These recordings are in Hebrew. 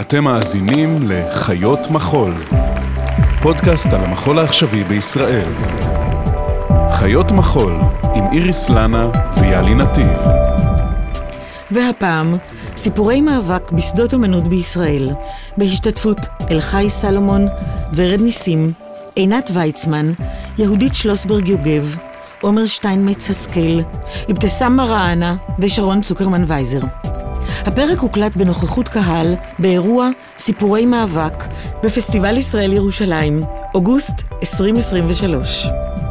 אתם מאזינים לחיות מחול, פודקאסט על המחול העכשווי בישראל. חיות מחול עם איריס לנה ויאלי נתיב. והפעם, סיפורי מאבק בשדות אומנות בישראל, בהשתתפות אלחי סלומון, ורד ניסים, עינת ויצמן, יהודית שלוסברג יוגב, עומר שטיינמץ הסקל, אבתסאם מראענה ושרון צוקרמן וייזר. הפרק הוקלט בנוכחות קהל באירוע סיפורי מאבק בפסטיבל ישראל ירושלים, אוגוסט 2023.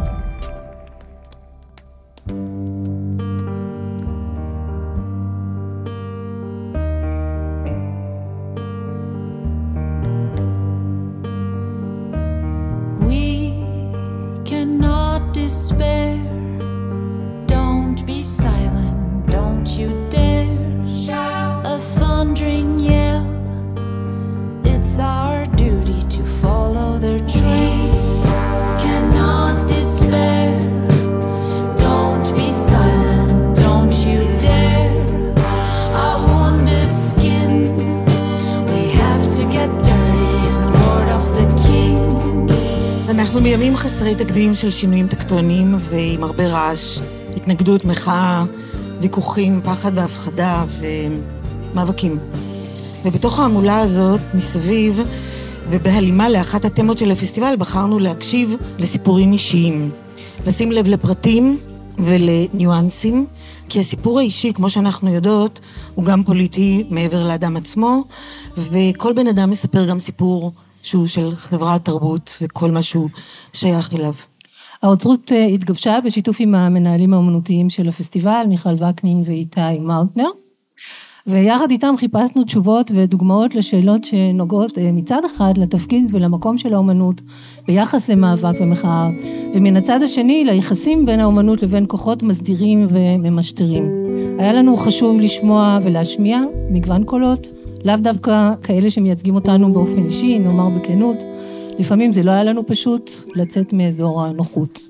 אנחנו בימים חסרי תקדים של שינויים טקטוניים ועם הרבה רעש, התנגדות, מחאה, ויכוחים, פחד והפחדה ומאבקים. ובתוך העמולה הזאת, מסביב ובהלימה לאחת התמות של הפסטיבל, בחרנו להקשיב לסיפורים אישיים, לשים לב לפרטים ולניואנסים, כי הסיפור האישי, כמו שאנחנו יודעות, הוא גם פוליטי מעבר לאדם עצמו, וכל בן אדם מספר גם סיפור שהוא של חברת תרבות וכל משהו שייך אליו. האוצרות התגבשה בשיתוף עם המנהלים האומנותיים של הפסטיבל, מיכל וקנין ואיתי מאוטנר, ויחד איתם חיפשנו תשובות ודוגמאות לשאלות שנוגעות מצד אחד לתפקיד ולמקום של האומנות ביחס למאבק ומחאה, ומן הצד השני ליחסים בין האומנות לבין כוחות מסדירים וממשטרים. היה לנו חשוב לשמוע ולהשמיע מגוון קולות, לאו דווקא כאלה שמייצגים אותנו באופן אישי, נאמר בכנות, לפעמים זה לא היה לנו פשוט לצאת מאזור הנוחות.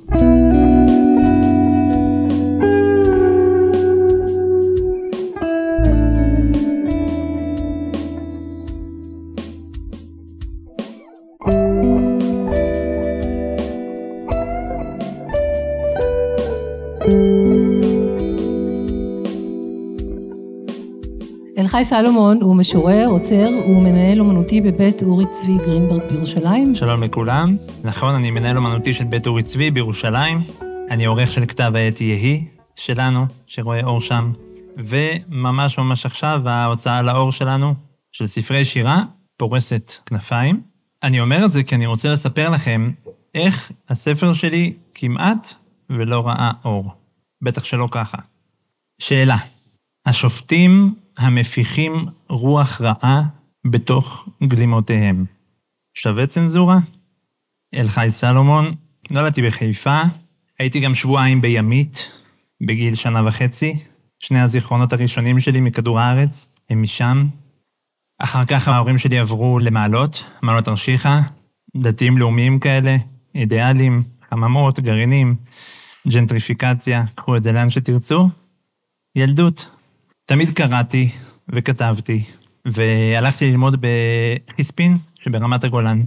אלחי סלומון הוא משורר, עוצר, הוא מנהל אומנותי בבית אורי צבי גרינברג בירושלים. שלום לכולם. נכון, אני מנהל אומנותי של בית אורי צבי בירושלים. אני עורך של כתב העת יהי שלנו, שרואה אור שם. וממש עכשיו ההוצאה לאור שלנו, של ספרי שירה, פורסת כנפיים. אני אומר את זה כי אני רוצה לספר לכם איך הספר שלי כמעט ולא ראה אור. בטח שלא ככה. שאלה. השופטים המפיחים רוח רעה בתוך גלימותיהם. שווה צנזורה? אלחי סלומון, נולדתי בחיפה, הייתי גם שבועיים בימית, בגיל 1.5 שנה. שני הזיכרונות הראשונים שלי מכדור הארץ, הם משם. אחר כך ההורים שלי עברו למעלות, מעלות תרשיחא, דתיים לאומיים כאלה, אידיאלים, חממות, גרעינים, ג'נטריפיקציה, קחו את זה לאן שתרצו. ילדות. תמיד קראתי וכתבתי, והלכתי ללמוד בחיספין שברמת הגולן,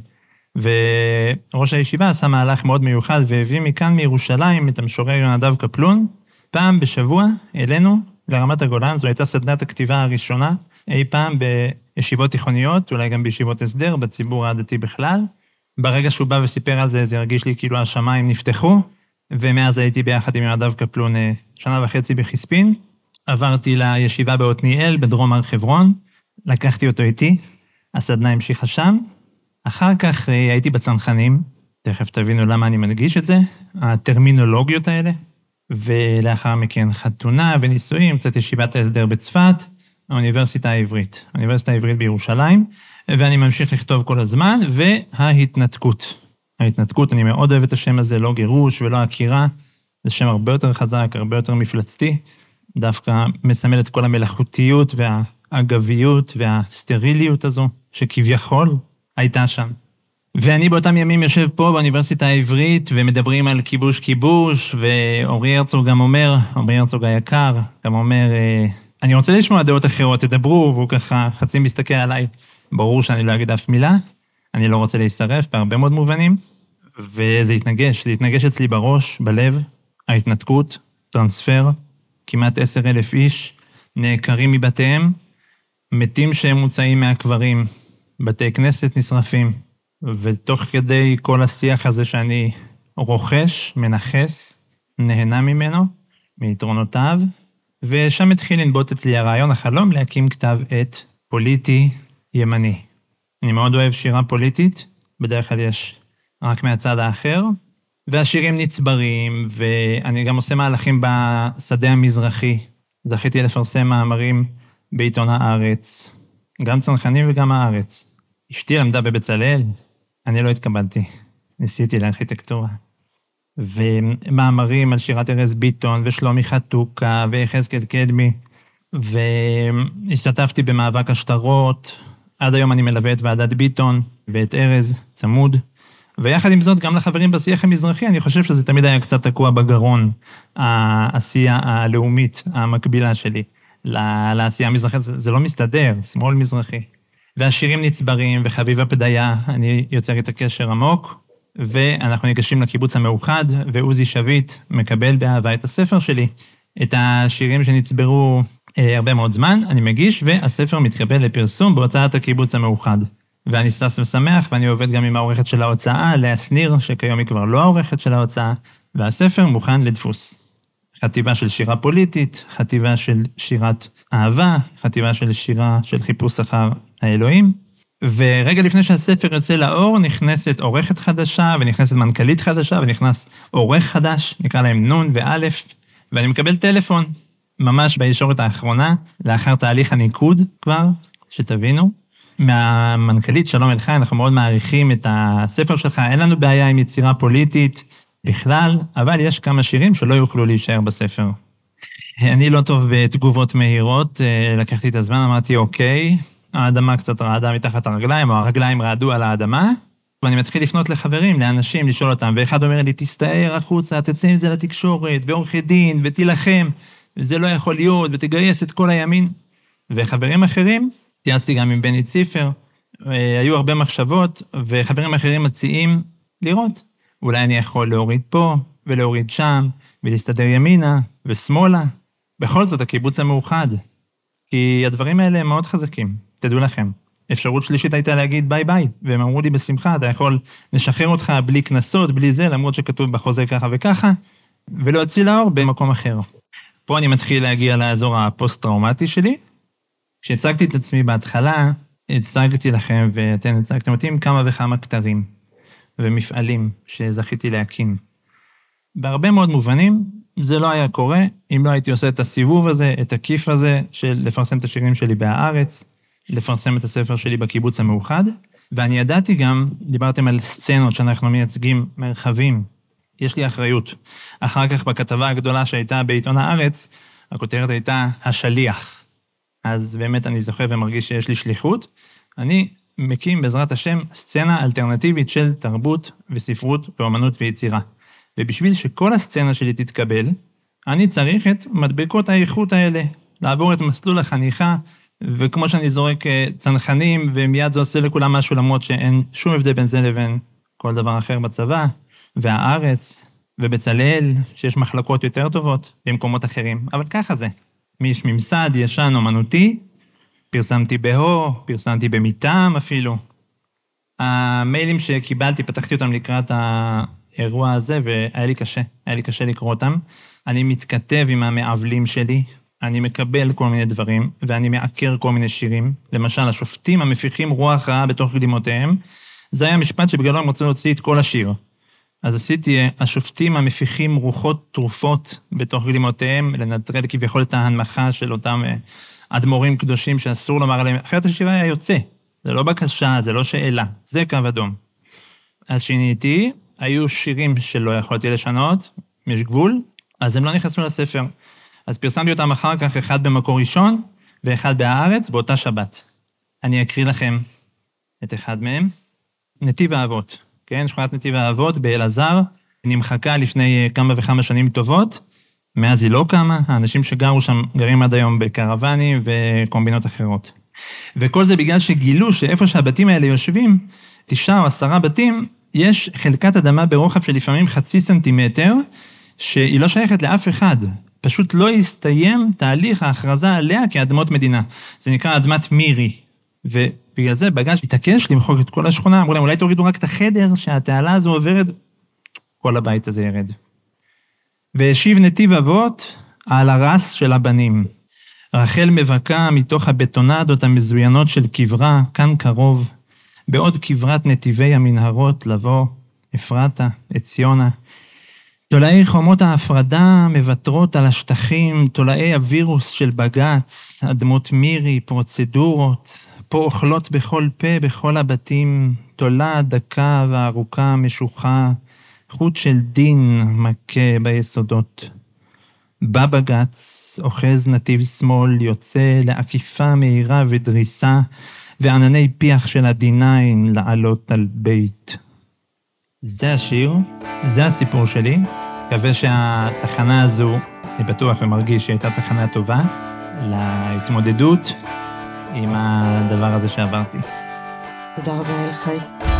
וראש הישיבה עשה מהלך מאוד מיוחד, והביא מכאן מירושלים את המשורר יונדב קפלון, פעם בשבוע אלינו לרמת הגולן. זו הייתה סדנת הכתיבה הראשונה, אי פעם בישיבות תיכוניות, אולי גם בישיבות הסדר, בציבור הדתי בכלל. ברגע שהוא בא וסיפר על זה, זה הרגיש לי כאילו השמיים נפתחו, ומאז הייתי ביחד עם יונדב קפלון 1.5 שנה בחיספין, עברתי לישיבה בעתניאל, בדרום הר חברון, לקחתי אותו איתי, הסדנה המשיכה שם. אחר כך הייתי בצנחנים, תכף תבינו למה אני מדגיש את זה, הטרמינולוגיות האלה, ולאחר מכן חתונה ונישואים, קצת ישיבת ההסדר בצפת, האוניברסיטה העברית, האוניברסיטה העברית בירושלים, ואני ממשיך לכתוב כל הזמן, וההתנתקות. ההתנתקות, אני מאוד אוהב את השם הזה, לא גירוש ולא עקירה, זה שם הרבה יותר חזק, הרבה יותר מפלצתי, דווקא מסמל את כל המלאכותיות והאגביות והסטריליות הזו, שכביכול הייתה שם. ואני באותם ימים יושב פה באוניברסיטה העברית, ומדברים על כיבוש, ואורי הרצוג גם אומר, אורי הרצוג היקר, גם אומר, אני רוצה לשמוע דעות אחרות, תדברו, והוא ככה חצי מסתכל עליי, ברור שאני לא אגיד אף מילה, אני לא רוצה להישרף בהרבה מאוד מובנים, וזה התנגש אצלי בראש, בלב, ההתנתקות, טרנספר, כמעט 10,000 איש, נעקרים מבתיהם, מתים שהם מוצאים מהקברים, בתי כנסת נשרפים, ותוך כדי כל השיח הזה שאני רוכש, מנחס, נהנה ממנו, מיתרונותיו, ושם התחיל לנבוט אצלי הרעיון, החלום להקים כתב עת פוליטי ימני. אני מאוד אוהב שירה פוליטית, בדרך כלל יש רק מהצד האחר, והשירים נצברים, ואני גם עושה מהלכים בשדה המזרחי. זכיתי לפרסם מאמרים בעיתון הארץ, גם צנחנים וגם הארץ. אשתי למדה בבצלאל, אני לא התקבלתי, ניסיתי לארכיטקטורה. ומאמרים על שירת ארז ביטון, ושלומי חתוקה, ויחזקאל קדמי, והשתתפתי במאבק השטרות, עד היום אני מלווה את ועדת ביטון, ואת ארז צמוד, ויחד עם זאת, גם לחברים בשיח המזרחי, אני חושב שזה תמיד היה קצת תקוע בגרון, העשייה הלאומית המקבילה שלי, לעשייה המזרחית, זה לא מסתדר, שמאל מזרחי. והשירים נצברים, וחביבה פדיה, אני יוצר את הקשר עמוק, ואנחנו ניגשים לקיבוץ המאוחד, ועוזי שביט מקבל באהבה את הספר שלי, את השירים שנצברו הרבה מאוד זמן, אני מגיש, והספר מתקבל לפרסום בהוצאת הקיבוץ המאוחד. ואני סס ושמח, ואני עובד גם עם העורכת של ההוצאה, לאה שניר, שכיום היא כבר לא העורכת של ההוצאה, והספר מוכן לדפוס. חטיבה של שירה פוליטית, חטיבה של שירת אהבה, חטיבה של שירה של חיפוש אחר האלוהים, ורגע לפני שהספר יוצא לאור, נכנסת עורכת חדשה, ונכנסת מנכ"לית חדשה, ונכנס עורך חדש, נקרא להם נון ואלף, ואני מקבל טלפון, ממש בישורת האחרונה, לאחר תהליך הניקוד כבר, שתבינו, מהמנכ"לית שלום אלחי, אנחנו מאוד מעריכים את הספר שלך, אין לנו בעיה עם יצירה פוליטית בכלל, אבל יש כמה שירים שלא יוכלו להישאר בספר. אני לא טוב בתגובות מהירות, לקחתי את הזמן, אמרתי אוקיי, האדמה קצת רעדה מתחת הרגליים, או הרגליים רעדו על האדמה, ואני מתחיל לפנות לחברים, לאנשים, לשאול אותם, ואחד אומר לי, תסתער החוצה, תצא עם זה לתקשורת, ועורכי דין, ותילחם, וזה לא יכול להיות, ותגייס את כל הימין. וחברים אחרים, תייעצתי גם עם בני ציפר, היו הרבה מחשבות, וחברים אחרים מציעים לראות. אולי אני יכול להוריד פה, ולהוריד שם, ולהסתדר ימינה, ושמאלה. בכל זאת, הקיבוץ המאוחד. כי הדברים האלה הם מאוד חזקים, תדעו לכם. אפשרות שלישית הייתה להגיד ביי ביי, והם אמרו לי בשמחה, אתה יכול לשחרר אותך בלי כנסות, בלי זה, למרות שכתוב בחוזה ככה וככה, ולהוציא לאור במקום אחר. פה אני מתחיל להגיע לאזור הפוסט-טראומטי שלי. כשהצגתי את עצמי בהתחלה, הצגתי לכם, ואתם הצגתם אותי עם כמה וכמה כתרים, ומפעלים שזכיתי להקים. בהרבה מאוד מובנים, זה לא היה קורה, אם לא הייתי עושה את הסיבוב הזה, את הכיף הזה, של לפרסם את השירים שלי בהארץ, לפרסם את הספר שלי בקיבוץ המאוחד, ואני ידעתי גם, דיברתם על סצנות שאנחנו מייצגים מרחבים, יש לי אחריות. אחר כך בכתבה הגדולה שהייתה בעיתון הארץ, הכותרת הייתה השליח. אז באמת אני זוכה ומרגיש שיש לי שליחות. אני מקים בעזרת השם סצנה אלטרנטיבית של תרבות וספרות ואומנות ויצירה. ובשביל שכל הסצנה שלי תתקבל, אני צריך את מדבקות האיכות האלה, לעבור את מסלול החניכה, וכמו שאני זורק צנחנים, ומיד זה עושה לכולם משהו, למרות שאין שום הבדל בין זה לבין כל דבר אחר בצבא, והארץ, ובצלאל, שיש מחלקות יותר טובות במקומות אחרים, אבל ככה זה. מיש ממסד ישן אומנותי, פרסמתי בהו, פרסמתי במיטם אפילו. המיילים שקיבלתי, פתחתי אותם לקראת האירוע הזה, והיה לי קשה לקרוא אותם. אני מתכתב עם המעבלים שלי, אני מקבל כל מיני דברים, ואני מעקר כל מיני שירים. למשל, השופטים המפיחים רוח רעה בתוך קדימותיהם, זה היה משפט שבגללו הם רצו להוציא את כל השיר. אז עשיתי, השופטים המפיחים רוחות תרופות בתוך קדימותיהם, לנטרל כביכול את ההנמכה של אותם אדמו"רים קדושים שאסור לומר עליהם, אחרת השיר היה יוצא. זה לא בקשה, זה לא שאלה, זה קו אדום. אז שיניתי, היו שירים שלא יכולתי לשנות, יש גבול, אז הם לא נכנסו לספר. אז פרסמתי אותם אחר כך, אחד במקור ראשון, ואחד בהארץ, באותה שבת. אני אקריא לכם את אחד מהם. נתיב האבות, כן? שכונת נתיב האבות באלעזר, נמחקה לפני כמה וכמה שנים טובות, מאז היא לא קמה, האנשים שגרו שם גרים עד היום בקרוונים וקומבינות אחרות. וכל זה בגלל שגילו שאיפה שהבתים האלה יושבים, 9 או 10 בתים, יש חלקת אדמה ברוחב של לפעמים 0.5 סנטימטר, שהיא לא שייכת לאף אחד. פשוט לא הסתיים תהליך ההכרזה עליה כאדמות מדינה. זה נקרא אדמת מירי. ובגלל זה בג"ץ התעקש למחוק את כל השכונה, אמרו להם, אולי תורידו רק את החדר שהתעלה הזו עוברת, כל הבית הזה ירד. והשיב נתיב אבות על הרס של הבנים. רחל מבקה מתוך הבטונדות המזוינות של קברה, כאן קרוב, בעוד קברת נתיבי המנהרות לבוא, אפרתה, עציונה. תולעי חומות ההפרדה מבטרות על השטחים, תולעי הווירוס של בג"ץ, אדמות מירי, פרוצדורות, פה אוכלות בכל פה, בכל הבתים, תולע דקה וארוכה משוחה, חוט של דין מכה ביסודות. בא בג"ץ, אוחז נתיב שמאל, יוצא לעקיפה מהירה ודריסה, וענני פיח של הדיניים לעלות על בית. זה השיר, זה הסיפור שלי. מקווה שהתחנה הזו, אני בטוח ומרגיש שהייתה תחנה טובה, להתמודדות עם הדבר הזה שעברתי. תודה רבה אלחי.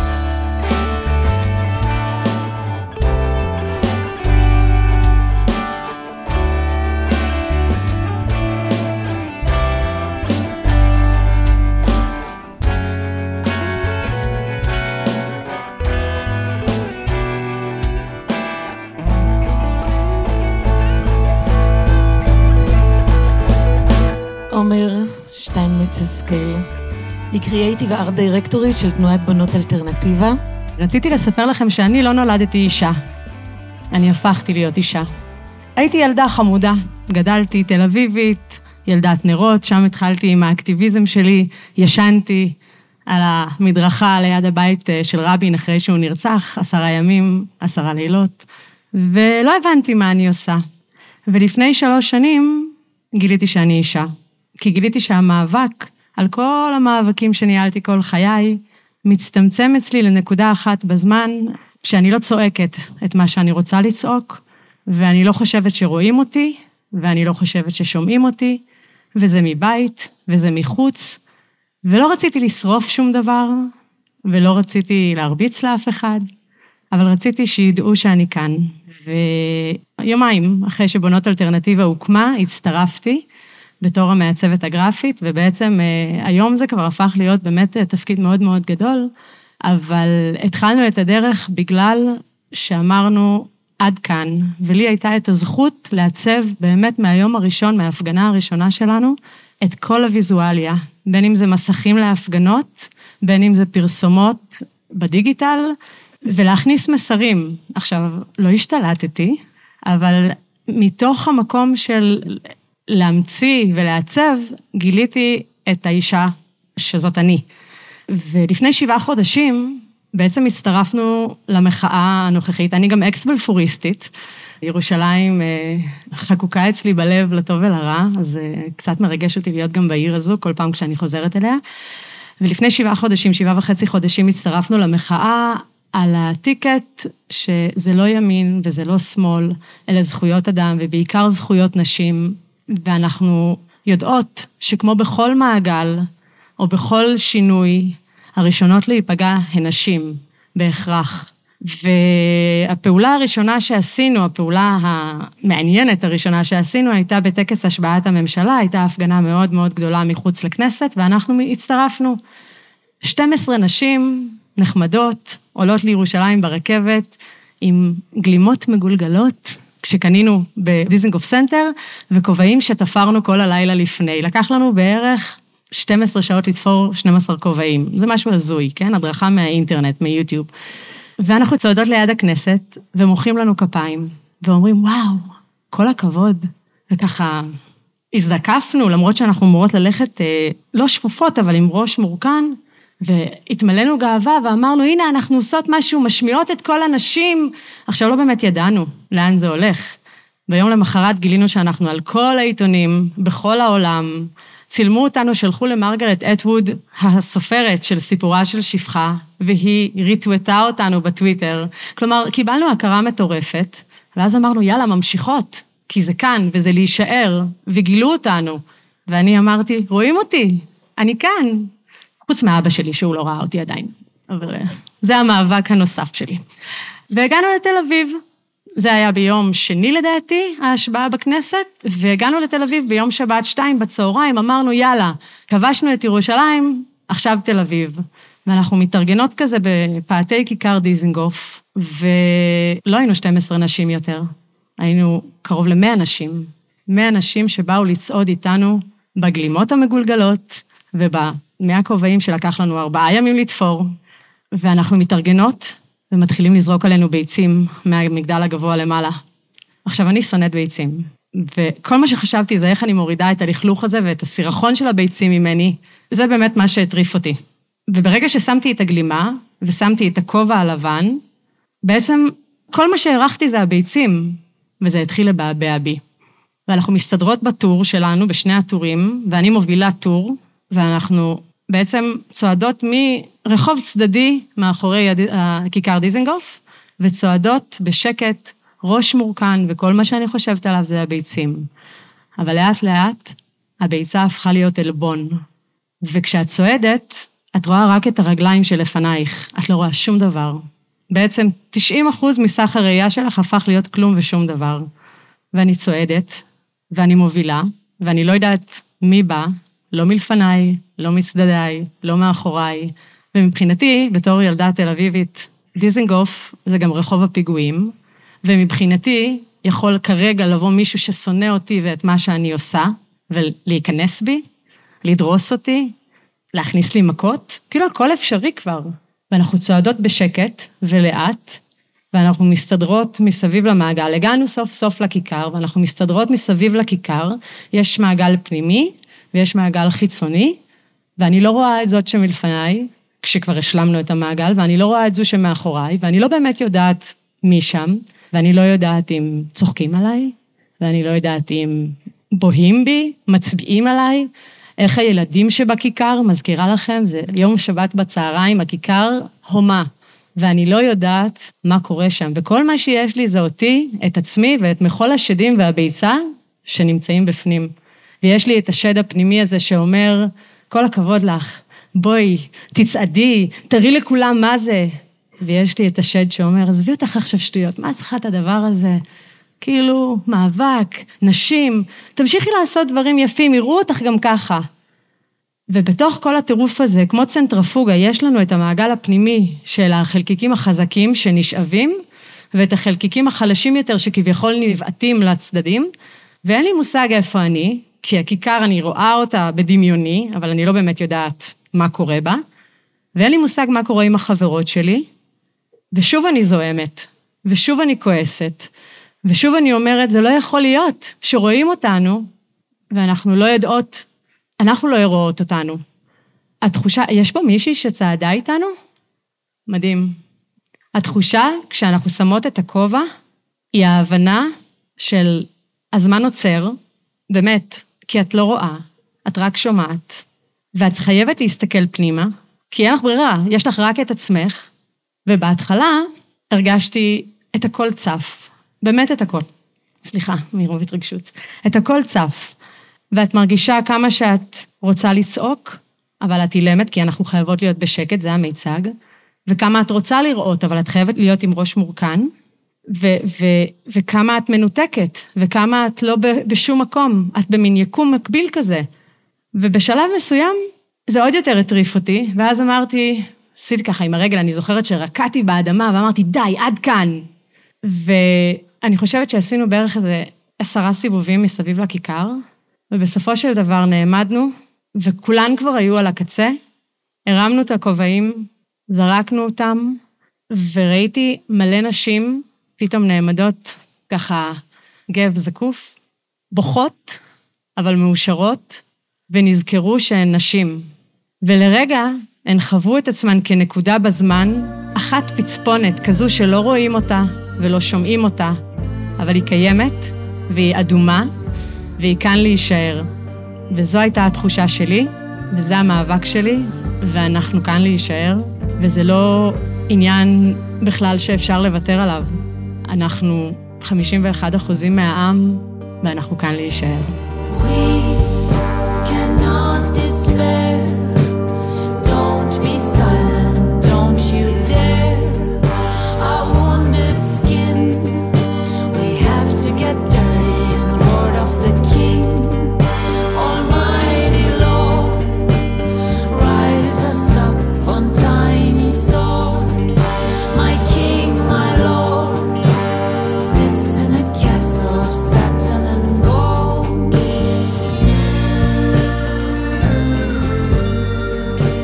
עומר שטיינמץ השכל, היא קריאייטיב ארט דירקטורית של תנועת בנות אלטרנטיבה. רציתי לספר לכם שאני לא נולדתי אישה. אני הפכתי להיות אישה. הייתי ילדה חמודה, גדלתי תל אביבית, ילדת נרות, שם התחלתי עם האקטיביזם שלי, ישנתי על המדרכה ליד הבית של רבין אחרי שהוא נרצח, 10 ימים, 10 לילות, ולא הבנתי מה אני עושה. ולפני 3 שנים גיליתי שאני אישה. כי גיליתי שהמאבק, על כל המאבקים שניהלתי כל חיי, מצטמצם אצלי לנקודה אחת בזמן, שאני לא צועקת את מה שאני רוצה לצעוק, ואני לא חושבת שרואים אותי, ואני לא חושבת ששומעים אותי, וזה מבית, וזה מחוץ, ולא רציתי לשרוף שום דבר, ולא רציתי להרביץ לאף אחד, אבל רציתי שידעו שאני כאן. ויומיים אחרי שבונות אלטרנטיבה הוקמה, הצטרפתי, בתור המעצבת הגרפית, ובעצם היום זה כבר הפך להיות באמת תפקיד מאוד מאוד גדול, אבל התחלנו את הדרך בגלל שאמרנו עד כאן, ולי הייתה את הזכות לעצב באמת מהיום הראשון, מההפגנה הראשונה שלנו, את כל הוויזואליה, בין אם זה מסכים להפגנות, בין אם זה פרסומות בדיגיטל, ולהכניס מסרים. עכשיו, לא השתלטתי, אבל מתוך המקום של להמציא ולעצב, גיליתי את האישה שזאת אני. ולפני 7 חודשים, בעצם הצטרפנו למחאה הנוכחית. אני גם אקס-בלפוריסטית. ירושלים חקוקה אצלי בלב לטוב ולרע, אז קצת מרגש אותי להיות גם בעיר הזו, כל פעם כשאני חוזרת אליה. ולפני 7 חודשים, 7.5 חודשים, הצטרפנו למחאה על הטיקט שזה לא ימין וזה לא שמאל, אלה זכויות אדם ובעיקר זכויות נשים, ואנחנו יודעות שכמו בכל מעגל או בכל שינוי, הראשונות להיפגע הן נשים בהכרח. והפעולה הראשונה שעשינו, הפעולה המעניינת הראשונה שעשינו, הייתה בטקס השבעת הממשלה, הייתה הפגנה מאוד מאוד גדולה מחוץ לכנסת, ואנחנו הצטרפנו. 12 נשים נחמדות, עולות לירושלים ברכבת, עם גלימות מגולגלות, כשקנינו בדיזנגוף סנטר, וכובעים שתפרנו כל הלילה לפני. לקח לנו בערך 12 שעות לתפור 12 כובעים. זה משהו הזוי, כן? הדרכה מהאינטרנט, מיוטיוב. ואנחנו צועדות ליד הכנסת, ומוחאים לנו כפיים, ואומרים, וואו, כל הכבוד. וככה הזדקפנו, למרות שאנחנו אמורות ללכת, לא שפופות, אבל עם ראש מורכן, והתמלאנו גאווה, ואמרנו, הנה, אנחנו עושות משהו, משמיעות את כל הנשים. עכשיו לא באמת ידענו לאן זה הולך. ביום למחרת גילינו שאנחנו על כל העיתונים, בכל העולם, צילמו אותנו, שלחו למרגרט אטווד, הסופרת של סיפורה של שפחה, והיא ריטווטה אותנו בטוויטר. כלומר, קיבלנו הכרה מטורפת, ואז אמרנו, יאללה, ממשיכות, כי זה כאן, וזה להישאר, וגילו אותנו. ואני אמרתי, רואים אותי? אני כאן. חוץ מאבא שלי, שהוא לא ראה אותי עדיין. אבל זה המאבק הנוסף שלי. והגענו לתל אביב. זה היה ביום שני לדעתי, ההשבעה בכנסת, והגענו לתל אביב ביום שבת 2 בצהריים, אמרנו יאללה, כבשנו את ירושלים, עכשיו תל אביב. ואנחנו מתארגנות כזה בפאתי כיכר דיזנגוף, ולא היינו 12 נשים יותר, היינו קרוב ל100 נשים, 100 נשים שבאו לצעוד איתנו בגלימות המגולגלות, וב100 כובעים שלקח לנו 4 ימים לתפור, ואנחנו מתארגנות, ומתחילים לזרוק עלינו ביצים מהמגדל הגבוה למעלה. עכשיו, אני שונאת ביצים, וכל מה שחשבתי זה איך אני מורידה את הלכלוך הזה ואת הסירחון של הביצים ממני, זה באמת מה שהטריף אותי. וברגע ששמתי את הגלימה, ושמתי את הכובע הלבן, בעצם כל מה שהערכתי זה הביצים, וזה התחיל לבעבע בי. ואנחנו מסתדרות בטור שלנו, בשני הטורים, ואני מובילה טור, ואנחנו בעצם צועדות מרחוב צדדי מאחורי כיכר דיזנגוף, וצועדות בשקט, ראש מורכן, וכל מה שאני חושבת עליו זה הביצים. אבל לאט לאט, הביצה הפכה להיות אלבון. וכשאת צועדת, את רואה רק את הרגליים שלפנייך, את לא רואה שום דבר. בעצם 90% מסך הראייה שלך הפך להיות כלום ושום דבר. ואני צועדת, ואני מובילה, ואני לא יודעת מי בא, לא מלפניי, לא מצדדיי, לא מאחוריי. ומבחינתי, בתור ילדה תל אביבית, דיזנגוף זה גם רחוב הפיגועים, ומבחינתי יכול כרגע לבוא מישהו ששונא אותי ואת מה שאני עושה, ולהיכנס בי, לדרוס אותי, להכניס לי מכות, כאילו הכל אפשרי כבר. ואנחנו צועדות בשקט ולאט, ואנחנו מסתדרות מסביב למעגל. הגענו סוף סוף לכיכר, ואנחנו מסתדרות מסביב לכיכר, יש מעגל פנימי, ויש מעגל חיצוני, ואני לא רואה את זאת שמלפניי, כשכבר השלמנו את המעגל, ואני לא רואה את זו שמאחוריי, ואני לא באמת יודעת מי שם, ואני לא יודעת אם צוחקים עליי, ואני לא יודעת אם בוהים בי, מצביעים עליי, איך הילדים שבכיכר, מזכירה לכם, זה יום שבת בצהריים, הכיכר הומה, ואני לא יודעת מה קורה שם, וכל מה שיש לי זה אותי, את עצמי ואת מכל השדים והביצה שנמצאים בפנים. ויש לי את השד הפנימי הזה שאומר, כל הכבוד לך, בואי, תצעדי, תראי לכולם מה זה. ויש לי את השד שאומר, עזבי אותך עכשיו שטויות, מה צריכה את הדבר הזה? כאילו, מאבק, נשים, תמשיכי לעשות דברים יפים, יראו אותך גם ככה. ובתוך כל הטירוף הזה, כמו צנטרפוגה, יש לנו את המעגל הפנימי של החלקיקים החזקים שנשאבים, ואת החלקיקים החלשים יותר שכביכול נבעטים לצדדים, ואין לי מושג איפה אני, כי הכיכר אני רואה אותה בדמיוני, אבל אני לא באמת יודעת מה קורה בה, ואין לי מושג מה קורה עם החברות שלי, ושוב אני זוהמת, ושוב אני כועסת, ושוב אני אומרת, זה לא יכול להיות שרואים אותנו, ואנחנו לא יודעות, אנחנו לא רואות אותנו. התחושה, יש פה מישהי שצעדה איתנו? מדהים. התחושה, כשאנחנו שמות את הכובע, היא ההבנה של הזמן עוצר, באמת, כי את לא רואה, את רק שומעת, ואת חייבת להסתכל פנימה, כי אין לך ברירה, יש לך רק את עצמך, ובהתחלה הרגשתי את הכל צף, באמת את הכל. סליחה, מרוב התרגשות. את הכל צף, ואת מרגישה כמה שאת רוצה לצעוק, אבל את אילמת, כי אנחנו חייבות להיות בשקט, זה המיצג, וכמה את רוצה לראות, אבל את חייבת להיות עם ראש מורכן, וכמה את מנותקת, וכמה את לא בשום מקום, את במין יקום מקביל כזה. ובשלב מסוים, זה עוד יותר הטריף אותי, ואז אמרתי, עשיתי ככה עם הרגל, אני זוכרת שרקעתי באדמה, ואמרתי, די, עד כאן. ואני חושבת שעשינו בערך איזה 10 סיבובים מסביב לכיכר, ובסופו של דבר נעמדנו, וכולן כבר היו על הקצה, הרמנו את הכובעים, זרקנו אותם, וראיתי מלא נשים, פתאום נעמדות ככה גב זקוף, בוכות, אבל מאושרות, ונזכרו שהן נשים. ולרגע הן חוו את עצמן כנקודה בזמן, אחת פצפונת כזו שלא רואים אותה ולא שומעים אותה, אבל היא קיימת, והיא אדומה, והיא כאן להישאר. וזו הייתה התחושה שלי, וזה המאבק שלי, ואנחנו כאן להישאר, וזה לא עניין בכלל שאפשר לוותר עליו. אנחנו 51% מהעם, ואנחנו כאן להישאר. We cannot despair.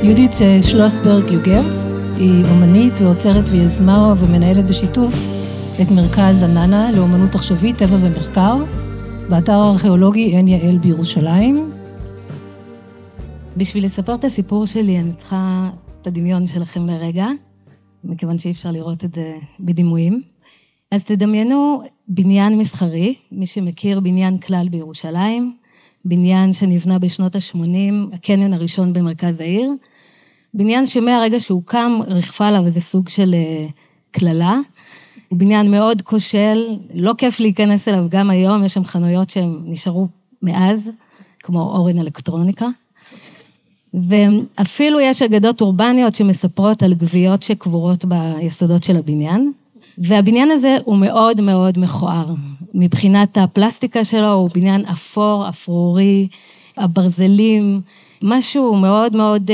יהודית שלוסברג יוגב, היא אומנית ועוצרת ויזמה ומנהלת בשיתוף את מרכז הננה לאומנות עכשווית, טבע ומחקר, באתר הארכיאולוגי עין יעל בירושלים. בשביל לספר את הסיפור שלי, אני צריכה את הדמיון שלכם לרגע, מכיוון שאי אפשר לראות את זה בדימויים. אז תדמיינו בניין מסחרי, מי שמכיר בניין כלל בירושלים, בניין שנבנה בשנות ה-80, הקניון הראשון במרכז העיר, בניין שמהרגע שהוא קם רכפה עליו איזה סוג של כללה, הוא בניין מאוד כושל, לא כיף להיכנס אליו גם היום, יש שם חנויות שהן נשארו מאז, כמו אורן אלקטרוניקה, ואפילו יש אגדות אורבניות שמספרות על גוויות שקבורות ביסודות של הבניין, והבניין הזה הוא מאוד מאוד מכוער. מבחינת הפלסטיקה שלו הוא בניין אפור, אפרורי, הברזלים, משהו מאוד מאוד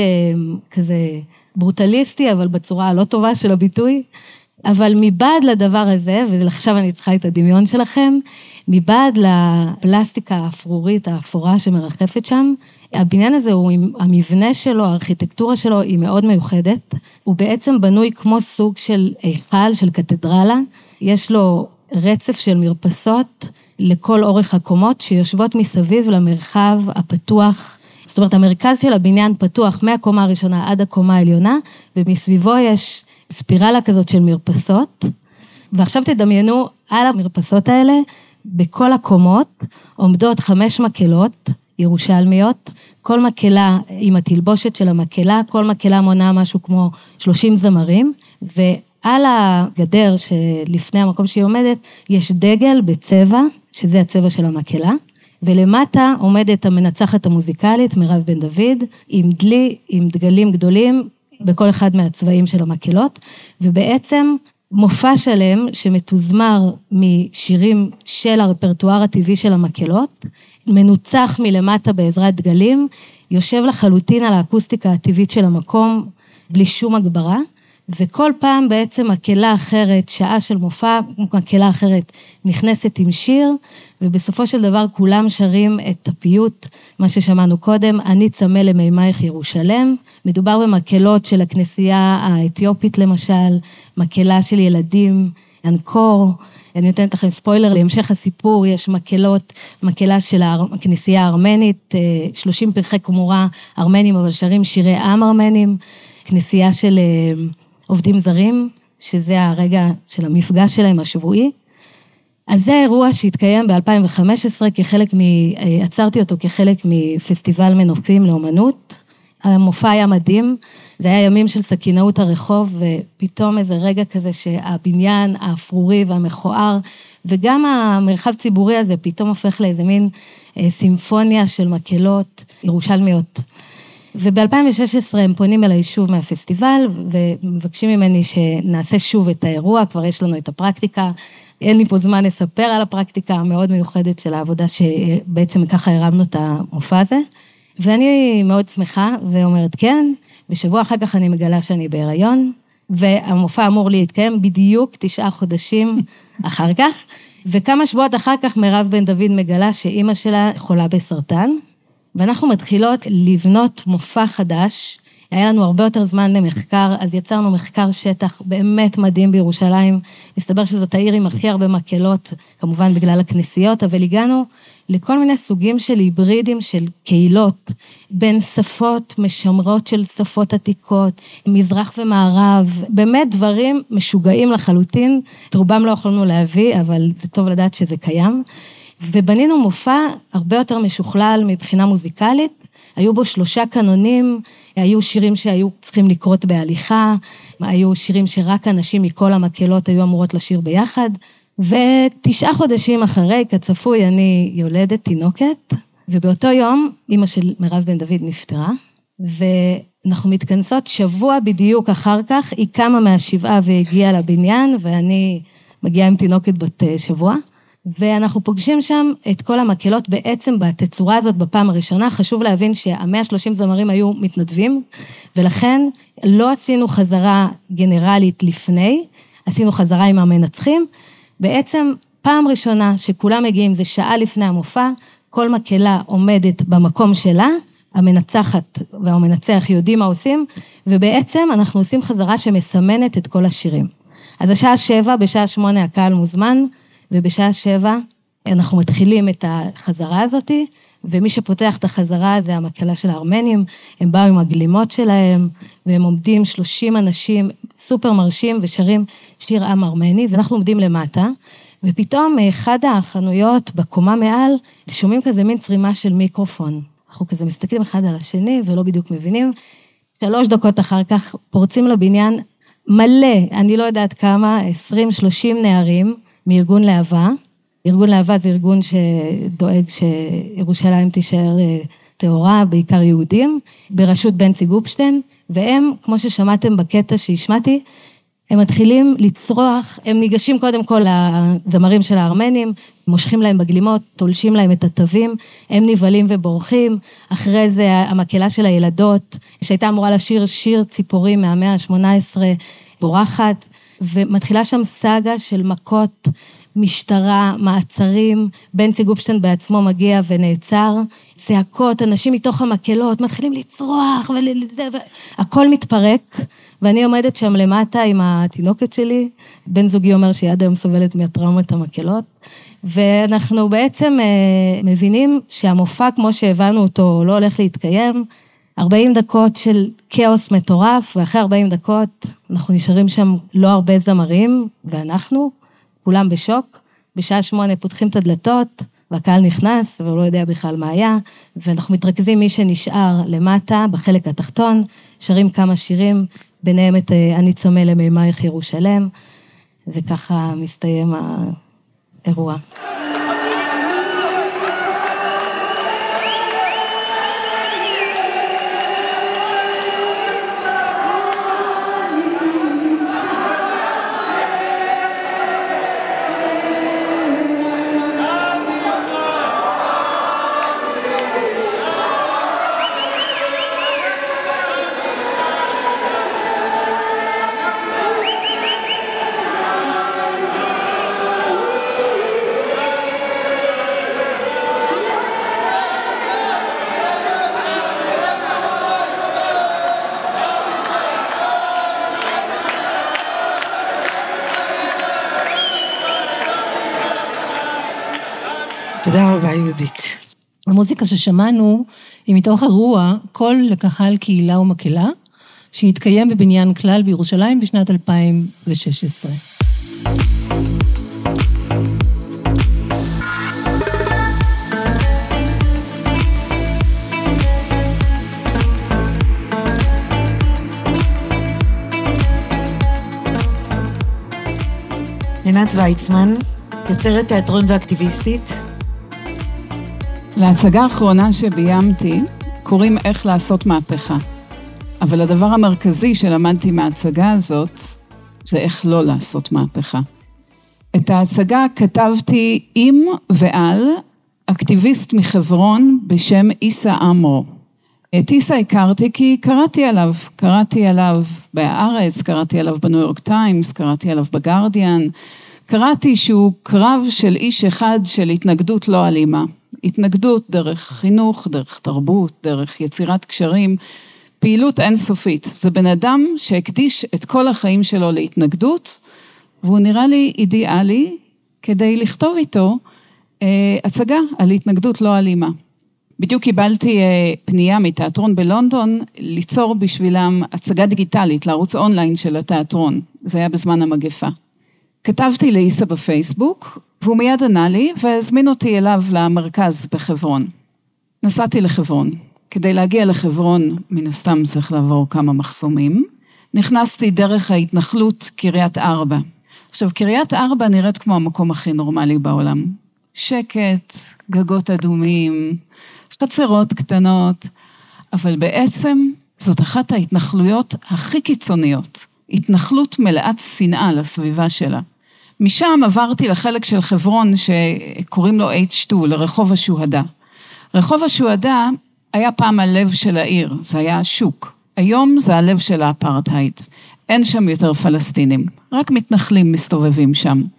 כזה ברוטליסטי, אבל בצורה הלא טובה של הביטוי. אבל מבעד לדבר הזה, ועכשיו אני צריכה את הדמיון שלכם, מבעד לפלסטיקה האפרורית, האפורה שמרחפת שם, הבניין הזה, המבנה שלו, הארכיטקטורה שלו היא מאוד מיוחדת, הוא בעצם בנוי כמו סוג של היכל, של קתדרלה, יש לו רצף של מרפסות לכל אורך הקומות, שיושבות מסביב למרחב הפתוח, זאת אומרת, המרכז של הבניין פתוח מהקומה הראשונה עד הקומה העליונה, ומסביבו יש ספירלה כזאת של מרפסות, ועכשיו תדמיינו על המרפסות האלה, בכל הקומות עומדות 5 מקהלות ירושלמיות, כל מקהלה עם התלבושת של המקהלה, כל מקהלה מונה משהו כמו 30 זמרים, ועל הגדר שלפני המקום שהיא עומדת, יש דגל בצבע, שזה הצבע של המקהלה, ולמטה עומדת המנצחת המוזיקלית, מירב בן דוד, עם דלי, עם דגלים גדולים, בכל אחד מהצבעים של המקהלות, ובעצם מופע שלם שמתוזמר משירים של הרפרטואר הטבעי של המקהלות, מנוצח מלמטה בעזרת דגלים, יושב לחלוטין על האקוסטיקה הטבעית של המקום, בלי שום הגברה, וכל פעם בעצם מקהלה אחרת, שעה של מופע, מקהלה אחרת נכנסת עם שיר, ובסופו של דבר כולם שרים את הפיוט, מה ששמענו קודם, אני צמא למימייך ירושלם, מדובר במקהלות של הכנסייה האתיופית למשל, מקהלה של ילדים, אנקור, אני נותנת לכם ספוילר להמשך הסיפור, יש מקהלות, מקהלה של הכנסייה הארמנית, 30 פרחי כמורה ארמנים, אבל שרים שירי עם ארמנים, כנסייה של עובדים זרים, שזה הרגע של המפגש שלהם השבועי. אז זה האירוע שהתקיים ב-2015, עצרתי אותו כחלק מפסטיבל מנופים לאומנות. המופע היה מדהים, זה היה ימים של סכינאות הרחוב, ופתאום איזה רגע כזה שהבניין האפרורי והמכוער, וגם המרחב ציבורי הזה פתאום הופך לאיזה מין סימפוניה של מקהלות ירושלמיות. וב-2016 הם פונים אל היישוב מהפסטיבל, ומבקשים ממני שנעשה שוב את האירוע, כבר יש לנו את הפרקטיקה, אין לי פה זמן לספר על הפרקטיקה המאוד מיוחדת של העבודה, שבעצם ככה הרמנו את המופע הזה, ואני מאוד שמחה ואומרת כן, ושבוע אחר כך אני מגלה שאני בהיריון, והמופע אמור להתקיים בדיוק 9 חודשים אחר כך, וכמה שבועות אחר כך מירב בן דוד מגלה שאימא שלה חולה בסרטן, ואנחנו מתחילות לבנות מופע חדש, היה לנו הרבה יותר זמן למחקר, אז יצרנו מחקר שטח באמת מדהים בירושלים, מסתבר שזאת העיר עם הכי הרבה מקהלות, כמובן בגלל הכנסיות, אבל הגענו לכל מיני סוגים של היברידים של קהילות, בין שפות משמרות של שפות עתיקות, מזרח ומערב, באמת דברים משוגעים לחלוטין, את רובם לא יכולנו להביא, אבל זה טוב לדעת שזה קיים, ובנינו מופע הרבה יותר משוכלל מבחינה מוזיקלית, היו בו 3 קנונים, היו שירים שהיו צריכים לקרות בהליכה, היו שירים שרק אנשים מכל המקהלות היו אמורות לשיר ביחד, ו9 חודשים אחרי, כצפוי, אני יולדת תינוקת, ובאותו יום, אמא של מירב בן דוד נפטרה, ואנחנו מתכנסות שבוע בדיוק אחר כך, היא קמה מהשבעה והגיעה לבניין, ואני מגיעה עם תינוקת בת שבוע, ואנחנו פוגשים שם את כל המקהלות בעצם בתצורה הזאת בפעם הראשונה, חשוב להבין שה130 זמרים היו מתנדבים, ולכן לא עשינו חזרה גנרלית לפני, עשינו חזרה עם המנצחים, בעצם פעם ראשונה שכולם מגיעים, זה שעה לפני המופע, כל מקהלה עומדת במקום שלה, המנצחת והמנצח יודעים מה עושים, ובעצם אנחנו עושים חזרה שמסמנת את כל השירים. אז השעה 7, בשעה 8 הקהל מוזמן, ובשעה 7 אנחנו מתחילים את החזרה הזאת, ומי שפותח את החזרה זה המקהלה של הארמנים, הם באו עם הגלימות שלהם, והם עומדים 30 אנשים סופר מרשים ושרים שיר עם ארמני, ואנחנו עומדים למטה, ופתאום מאחד החנויות בקומה מעל, שומעים כזה מין צרימה של מיקרופון. אנחנו כזה מסתכלים אחד על השני ולא בדיוק מבינים. 3 דקות אחר כך פורצים לבניין מלא, אני לא יודעת כמה, 20-30 נערים מארגון להבה. ארגון להבה זה ארגון שדואג שירושלים תישאר טהורה, בעיקר יהודים, בראשות בנצי גופשטיין, והם, כמו ששמעתם בקטע שהשמעתי, הם מתחילים לצרוח, הם ניגשים קודם כל לזמרים של הארמנים, מושכים להם בגלימות, תולשים להם את התווים, הם נבלים ובורחים, אחרי זה המקהלה של הילדות, שהייתה אמורה לשיר שיר ציפורים מהמאה ה-18, בורחת, ומתחילה שם סאגה של מכות, משטרה, מעצרים, בנצי גופשטיין בעצמו מגיע ונעצר, צעקות, אנשים מתוך המקהלות, מתחילים לצרוח, הכל מתפרק, ואני עומדת שם למטה עם התינוקת שלי, בן זוגי אומר שהיא עד היום סובלת מהטראומת המקהלות, ואנחנו בעצם מבינים שהמופע כמו שהבנו אותו לא הולך להתקיים, 40 דקות של כאוס מטורף, ואחרי 40 דקות אנחנו נשארים שם לא הרבה זמרים, ואנחנו, כולם בשוק, בשעה 8 פותחים את הדלתות, והקהל נכנס, והוא לא יודע בכלל מה היה, ואנחנו מתרכזים מי שנשאר למטה, בחלק התחתון, שרים כמה שירים, ביניהם את אני צמא למימייך ירושלם, וככה מסתיים האירוע. תודה רבה, יהודית. המוזיקה ששמענו היא מתוך אירוע קול לקהל קהילה ומקהלה, שהתקיים בבניין כלל בירושלים בשנת 2016. עינת ויצמן, יוצרת תיאטרון ואקטיביסטית. להצגה האחרונה שביימתי, קוראים איך לעשות מהפכה. אבל הדבר המרכזי שלמדתי מההצגה הזאת, זה איך לא לעשות מהפכה. את ההצגה כתבתי עם ועל אקטיביסט מחברון בשם איסה אמרו. את איסה הכרתי כי קראתי עליו בהארץ, קראתי עליו בניו יורק טיימס, קראתי עליו בגרדיאן, קראתי שהוא קרב של איש אחד של התנגדות לא אלימה. התנגדות דרך חינוך, דרך תרבות, דרך יצירת קשרים, פעילות אינסופית. זה בן אדם שהקדיש את כל החיים שלו להתנגדות, והוא נראה לי אידיאלי כדי לכתוב איתו הצגה על התנגדות לא אלימה. בדיוק קיבלתי פנייה מתיאטרון בלונדון ליצור בשבילם הצגה דיגיטלית לערוץ אונליין של התיאטרון. זה היה בזמן המגפה. כתבתי לאיסה בפייסבוק, והוא מיד ענה לי והזמין אותי אליו למרכז בחברון. נסעתי לחברון. כדי להגיע לחברון, מן הסתם צריך לעבור כמה מחסומים. נכנסתי דרך ההתנחלות קריית ארבע. עכשיו, קריית ארבע נראית כמו המקום הכי נורמלי בעולם. שקט, גגות אדומים, חצרות קטנות, אבל בעצם זאת אחת ההתנחלויות הכי קיצוניות. התנחלות מלאת שנאה לסביבה שלה. משם עברתי לחלק של חברון שקוראים לו H2, לרחוב השוהדה. רחוב השוהדה היה פעם הלב של העיר, זה היה שוק. היום זה הלב של האפרטהייד. אין שם יותר פלסטינים, רק מתנחלים מסתובבים שם.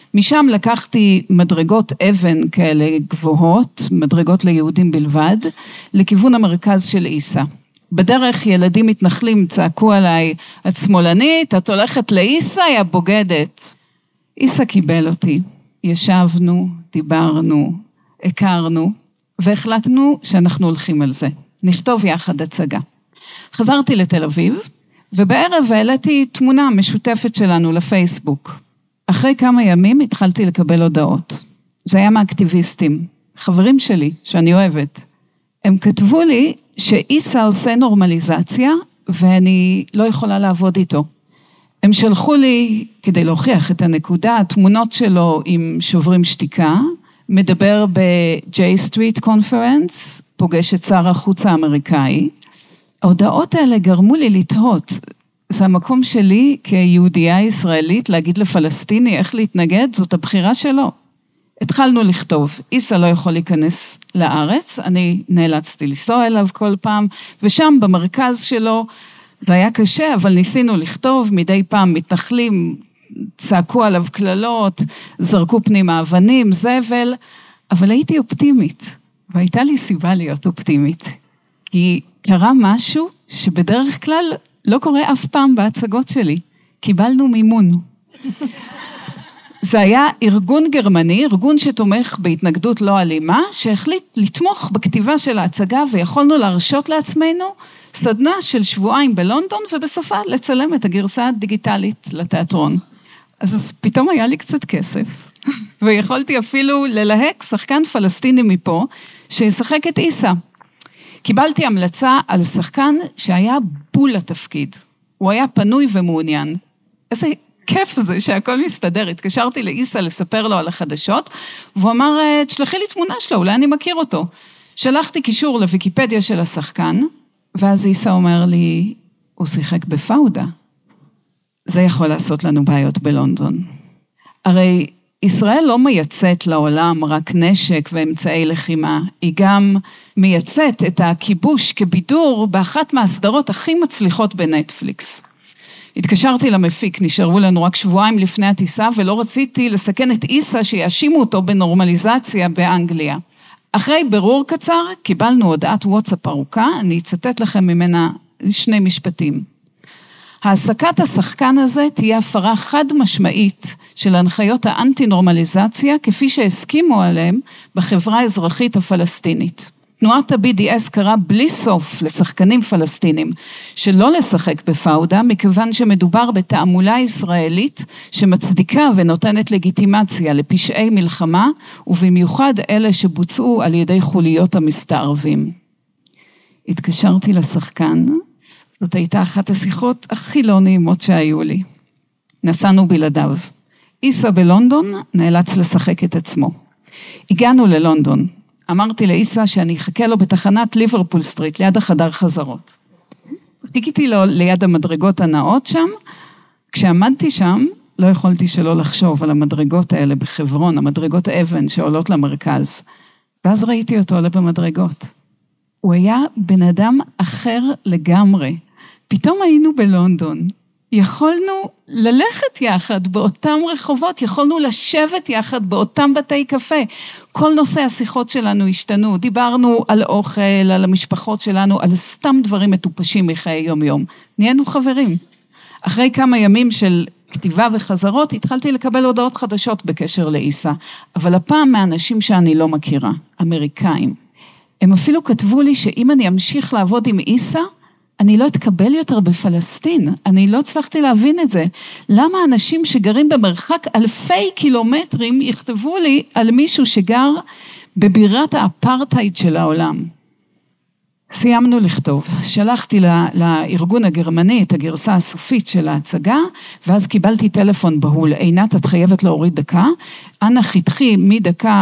משם לקחתי מדרגות אבן כאלה גבוהות, מדרגות ליהודים בלבד, לכיוון המרכז של איסה. בדרך ילדים מתנחלים צעקו עליי, את שמאלנית, את הולכת לאיסה, היא הבוגדת. איסה קיבל אותי, ישבנו, דיברנו, הכרנו, והחלטנו שאנחנו הולכים על זה. נכתוב יחד הצגה. חזרתי לתל אביב, ובערב העליתי תמונה משותפת שלנו לפייסבוק. אחרי כמה ימים התחלתי לקבל הודעות. זה היה מהאקטיביסטים, חברים שלי, שאני אוהבת. הם כתבו לי שאיסה עושה נורמליזציה, ואני לא יכולה לעבוד איתו. הם שלחו לי, כדי להוכיח את הנקודה, תמונות שלו עם שוברים שתיקה, מדבר ב-J Street Conference, פוגש את שר החוץ האמריקאי. ההודעות האלה גרמו לי לתהות. זה המקום שלי כיהודייה ישראלית להגיד לפלסטיני איך להתנגד, זאת הבחירה שלו. התחלנו לכתוב, איסה לא יכול להיכנס לארץ, אני נאלצתי לנסוע אליו כל פעם, ושם במרכז שלו, זה היה קשה, אבל ניסינו לכתוב, מדי פעם מתנחלים, צעקו עליו כללות, זרקו פנימה אבנים, זבל, אבל הייתי אופטימית, והייתה לי סיבה להיות אופטימית, כי קרה משהו שבדרך כלל לא קורה אף פעם בהצגות שלי, קיבלנו מימון. זה היה ארגון גרמני, ארגון שתומך בהתנגדות לא אלימה, שהחליט לתמוך בכתיבה של ההצגה, ויכולנו להרשות לעצמנו סדנה של שבועיים בלונדון, ובסופה לצלם את הגרסה הדיגיטלית לתיאטרון. אז פתאום היה לי קצת כסף, ויכולתי אפילו ללהק שחקן פלסטיני מפה, שישחק את איסה. קיבלתי המלצה על שחקן שהיה בול לתפקיד. הוא היה פנוי ומעוניין. איזה כיף זה שהכל מסתדר. התקשרתי לאיסה לספר לו על החדשות, והוא אמר, תשלחי לי תמונה שלו, אולי אני מכיר אותו. שלחתי קישור לוויקיפדיה של השחקן, ואז איסה אומר לי, הוא שיחק בפאודה. זה יכול לעשות לנו בעיות בלונדון. הרי ישראל לא מייצאת לעולם רק נשק ואמצעי לחימה, היא גם מייצאת את הכיבוש כבידור באחת מהסדרות הכי מצליחות בנטפליקס. התקשרתי למפיק, נשארו לנו רק שבועיים לפני הטיסה, ולא רציתי לסכן את איסה שיאשימו אותו בנורמליזציה באנגליה. אחרי ברור קצר, קיבלנו הודעת וואטסאפ ארוכה, אני אצטט לכם ממנה 2 משפטים. העסקת השחקן הזה תהיה הפרה חד משמעית של הנחיות האנטי-נורמליזציה, כפי שהסכימו עליהם בחברה האזרחית הפלסטינית. תנועת ה-BDS קרא בלי סוף לשחקנים פלסטינים שלא לשחק בפאודה, מכיוון שמדובר בתעמולה ישראלית שמצדיקה ונותנת לגיטימציה לפשעי מלחמה, ובמיוחד אלה שבוצעו על ידי חוליות המסתערבים. התקשרתי לשחקן, זאת הייתה אחת השיחות הכי לא נעימות שהיו לי. נסענו בלעדיו. איסה בלונדון נאלץ לשחק את עצמו. הגענו ללונדון. אמרתי לאיסה שאני אחכה לו בתחנת ליברפול סטריט, ליד החדר חזרות. חיכיתי לו ליד המדרגות הנאות שם. כשעמדתי שם, לא יכולתי שלא לחשוב על המדרגות האלה בחברון, המדרגות האבן שעולות למרכז. ואז ראיתי אותו עולה במדרגות. הוא היה בן אדם אחר לגמרי. פתאום היינו בלונדון. יכולנו ללכת יחד באותם רחובות, יכולנו לשבת יחד באותם בתי קפה. כל נושא השיחות שלנו השתנו, דיברנו על אוכל, על המשפחות שלנו, על סתם דברים מטופשים מחיי יום-יום. נהיינו חברים. אחרי כמה ימים של כתיבה וחזרות, התחלתי לקבל הודעות חדשות בקשר לאיסה, אבל הפעם מאנשים שאני לא מכירה, אמריקאים. הם אפילו כתבו לי שאם אני אמשיך לעבוד עם איסה, אני לא אתקבל יותר בפלסטין, אני לא הצלחתי להבין את זה. למה אנשים שגרים במרחק אלפי קילומטרים יכתבו לי על מישהו שגר בבירת האפרטהייד של העולם? סיימנו לכתוב, שלחתי לארגון הגרמני את הגרסה הסופית של ההצגה, ואז קיבלתי טלפון בהול, עינת את חייבת להוריד דקה, אנא חיתכי מדקה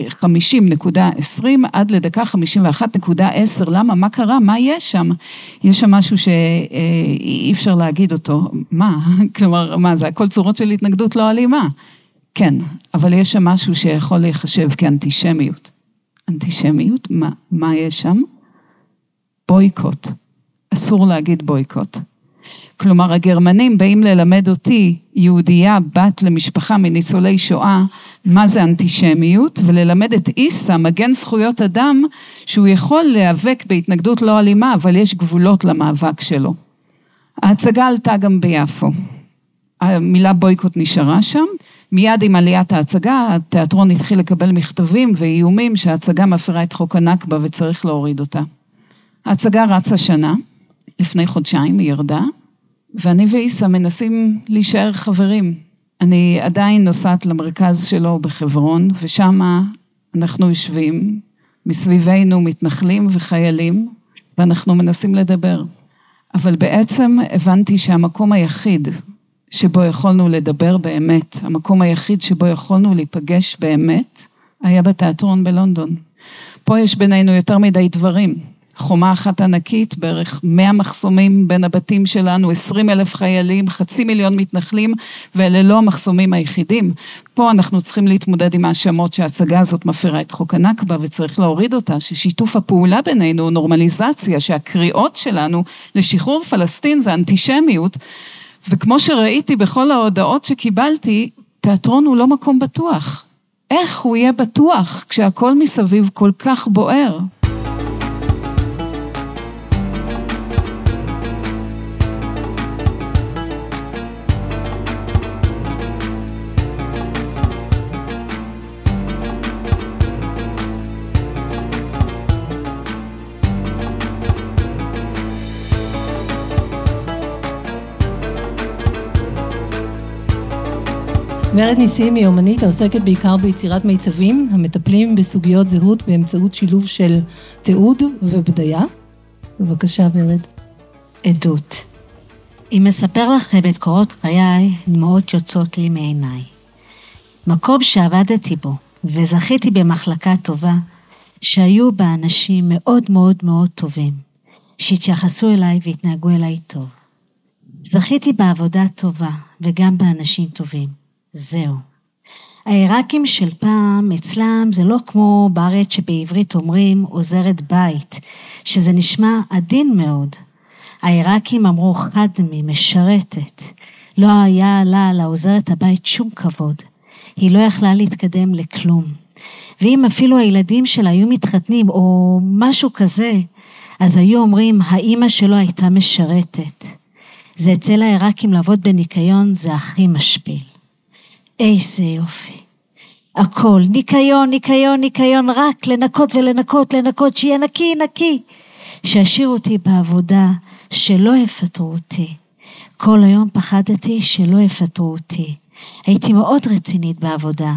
50.20 עד לדקה 51.10, למה? מה קרה? מה יש שם? יש שם משהו שאי אפשר להגיד אותו, מה? כלומר, מה זה? הכל צורות של התנגדות לא אלימה. כן, אבל יש שם משהו שיכול להיחשב כאנטישמיות. אנטישמיות? מה יש שם? בויקוט. אסור להגיד בויקוט. כלומר, הגרמנים באים ללמד אותי, יהודייה, בת למשפחה מניצולי שואה, מה זה אנטישמיות, וללמד את איסה, מגן זכויות אדם, שהוא יכול להיאבק בהתנגדות לא אלימה, אבל יש גבולות למאבק שלו. ההצגה עלתה גם ביפו. המילה בויקוט נשארה שם. מיד עם עליית ההצגה, התיאטרון התחיל לקבל מכתבים ואיומים שההצגה מפרה את חוק הנכבה וצריך להוריד אותה. ההצגה רצה שנה, לפני חודשיים היא ירדה, ואני ואיסה מנסים להישאר חברים. אני עדיין נוסעת למרכז שלו בחברון, ושם אנחנו יושבים, מסביבנו מתנחלים וחיילים, ואנחנו מנסים לדבר. אבל בעצם הבנתי שהמקום היחיד שבו יכולנו לדבר באמת, המקום היחיד שבו יכולנו להיפגש באמת, היה בתיאטרון בלונדון. פה יש בינינו יותר מדי דברים. חומה אחת ענקית, בערך 100 מחסומים בין הבתים שלנו, 20,000 חיילים, 500,000 מתנחלים, ואלה לא המחסומים היחידים. פה אנחנו צריכים להתמודד עם האשמות שההצגה הזאת מפרה את חוק הנכבה, וצריך להוריד אותה, ששיתוף הפעולה בינינו הוא נורמליזציה, שהקריאות שלנו לשחרור פלסטין זה אנטישמיות, וכמו שראיתי בכל ההודעות שקיבלתי, תיאטרון הוא לא מקום בטוח. איך הוא יהיה בטוח כשהכל מסביב כל כך בוער? ורד ניסים היא אומנית העוסקת בעיקר ביצירת מיצבים, המטפלים בסוגיות זהות באמצעות שילוב של תיעוד ובדיה. בבקשה ורד. עדות. אם מספר לכם את קורות חיי, דמעות יוצאות לי מעיניי. מקום שעבדתי בו, וזכיתי במחלקה טובה, שהיו בה אנשים מאוד מאוד מאוד טובים, שהתייחסו אליי והתנהגו אליי טוב. זכיתי בעבודה טובה, וגם באנשים טובים. זהו. העיראקים של פעם, אצלם זה לא כמו בארץ שבעברית אומרים עוזרת בית, שזה נשמע עדין מאוד. העיראקים אמרו חדמי, משרתת. לא היה לה לעוזרת הבית שום כבוד. היא לא יכלה להתקדם לכלום. ואם אפילו הילדים שלה היו מתחתנים או משהו כזה, אז היו אומרים האמא שלו הייתה משרתת. זה אצל העיראקים לעבוד בניקיון זה הכי משפיל. איזה יופי. הכל, ניקיון, ניקיון, ניקיון, רק לנקות ולנקות, לנקות, שיהיה נקי, נקי. שישאירו אותי בעבודה, שלא יפטרו אותי. כל היום פחדתי שלא יפטרו אותי. הייתי מאוד רצינית בעבודה.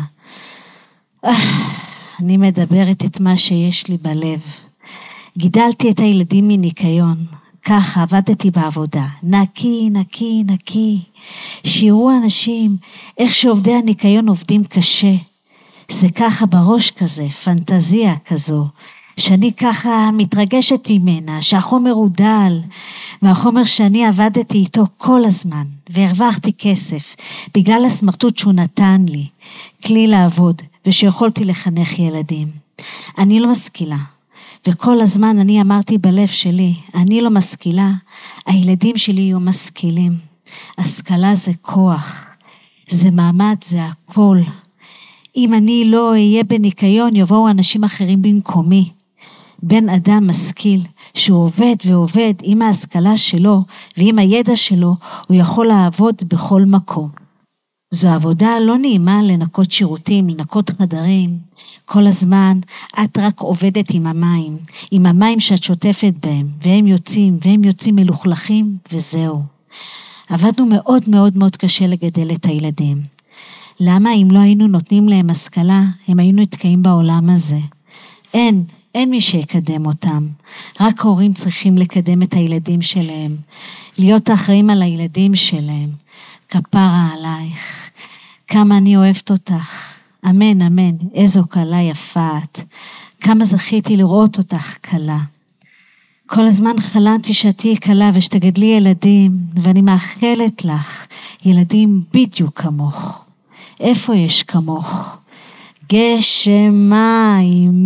אני מדברת את מה שיש לי בלב. גידלתי את הילדים מניקיון. ככה עבדתי בעבודה. נקי, נקי, נקי. שיראו אנשים איך שעובדי הניקיון עובדים קשה. זה ככה בראש כזה, פנטזיה כזו, שאני ככה מתרגשת ממנה, שהחומר הוא דל, והחומר שאני עבדתי איתו כל הזמן, והרווחתי כסף, בגלל הסמרטוט שהוא נתן לי, כלי לעבוד, ושיכולתי לחנך ילדים. אני לא משכילה, וכל הזמן אני אמרתי בלב שלי, אני לא משכילה, הילדים שלי יהיו משכילים. השכלה זה כוח, זה מעמד, זה הכל. אם אני לא אהיה בניקיון, יבואו אנשים אחרים במקומי. בן אדם משכיל, שהוא עובד ועובד עם ההשכלה שלו ועם הידע שלו, הוא יכול לעבוד בכל מקום. זו עבודה לא נעימה לנקות שירותים, לנקות חדרים. כל הזמן את רק עובדת עם המים שאת שוטפת בהם, והם יוצאים מלוכלכים, וזהו. עבדנו מאוד מאוד מאוד קשה לגדל את הילדים. למה אם לא היינו נותנים להם השכלה, הם היינו נתקעים בעולם הזה. אין מי שיקדם אותם. רק ההורים צריכים לקדם את הילדים שלהם, להיות אחראים על הילדים שלהם. כפרה עלייך, כמה אני אוהבת אותך. אמן, אמן, איזו קלה יפה את. כמה זכיתי לראות אותך קלה. כל הזמן חלמתי שאת תהיי קלה ושתגדלי ילדים, ואני מאחלת לך ילדים בדיוק כמוך. איפה יש כמוך? גשם מים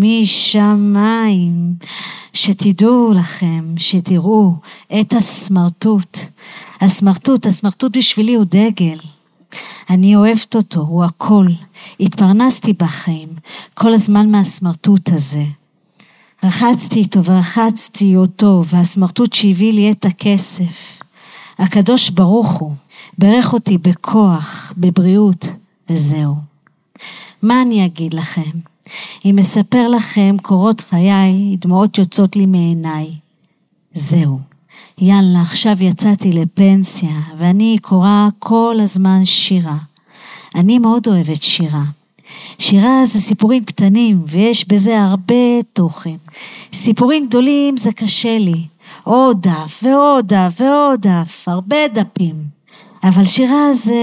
משמיים, שתדעו לכם, שתראו את הסמרטוט. הסמרטוט בשבילי הוא דגל. אני אוהבת אותו, הוא הכל. התפרנסתי בחיים, כל הזמן מהסמרטוט הזה. רחצתי איתו ורחצתי אותו, והסמרטוט שהביא לי את הכסף. הקדוש ברוך הוא, ברך אותי בכוח, בבריאות, וזהו. מה אני אגיד לכם? אם אספר לכם קורות חיי, דמעות יוצאות לי מעיניי. זהו. יאללה, עכשיו יצאתי לפנסיה, ואני קוראה כל הזמן שירה. אני מאוד אוהבת שירה. שירה זה סיפורים קטנים, ויש בזה הרבה תוכן. סיפורים גדולים זה קשה לי. עוד דף ועוד דף ועוד דף, הרבה דפים. אבל שירה זה...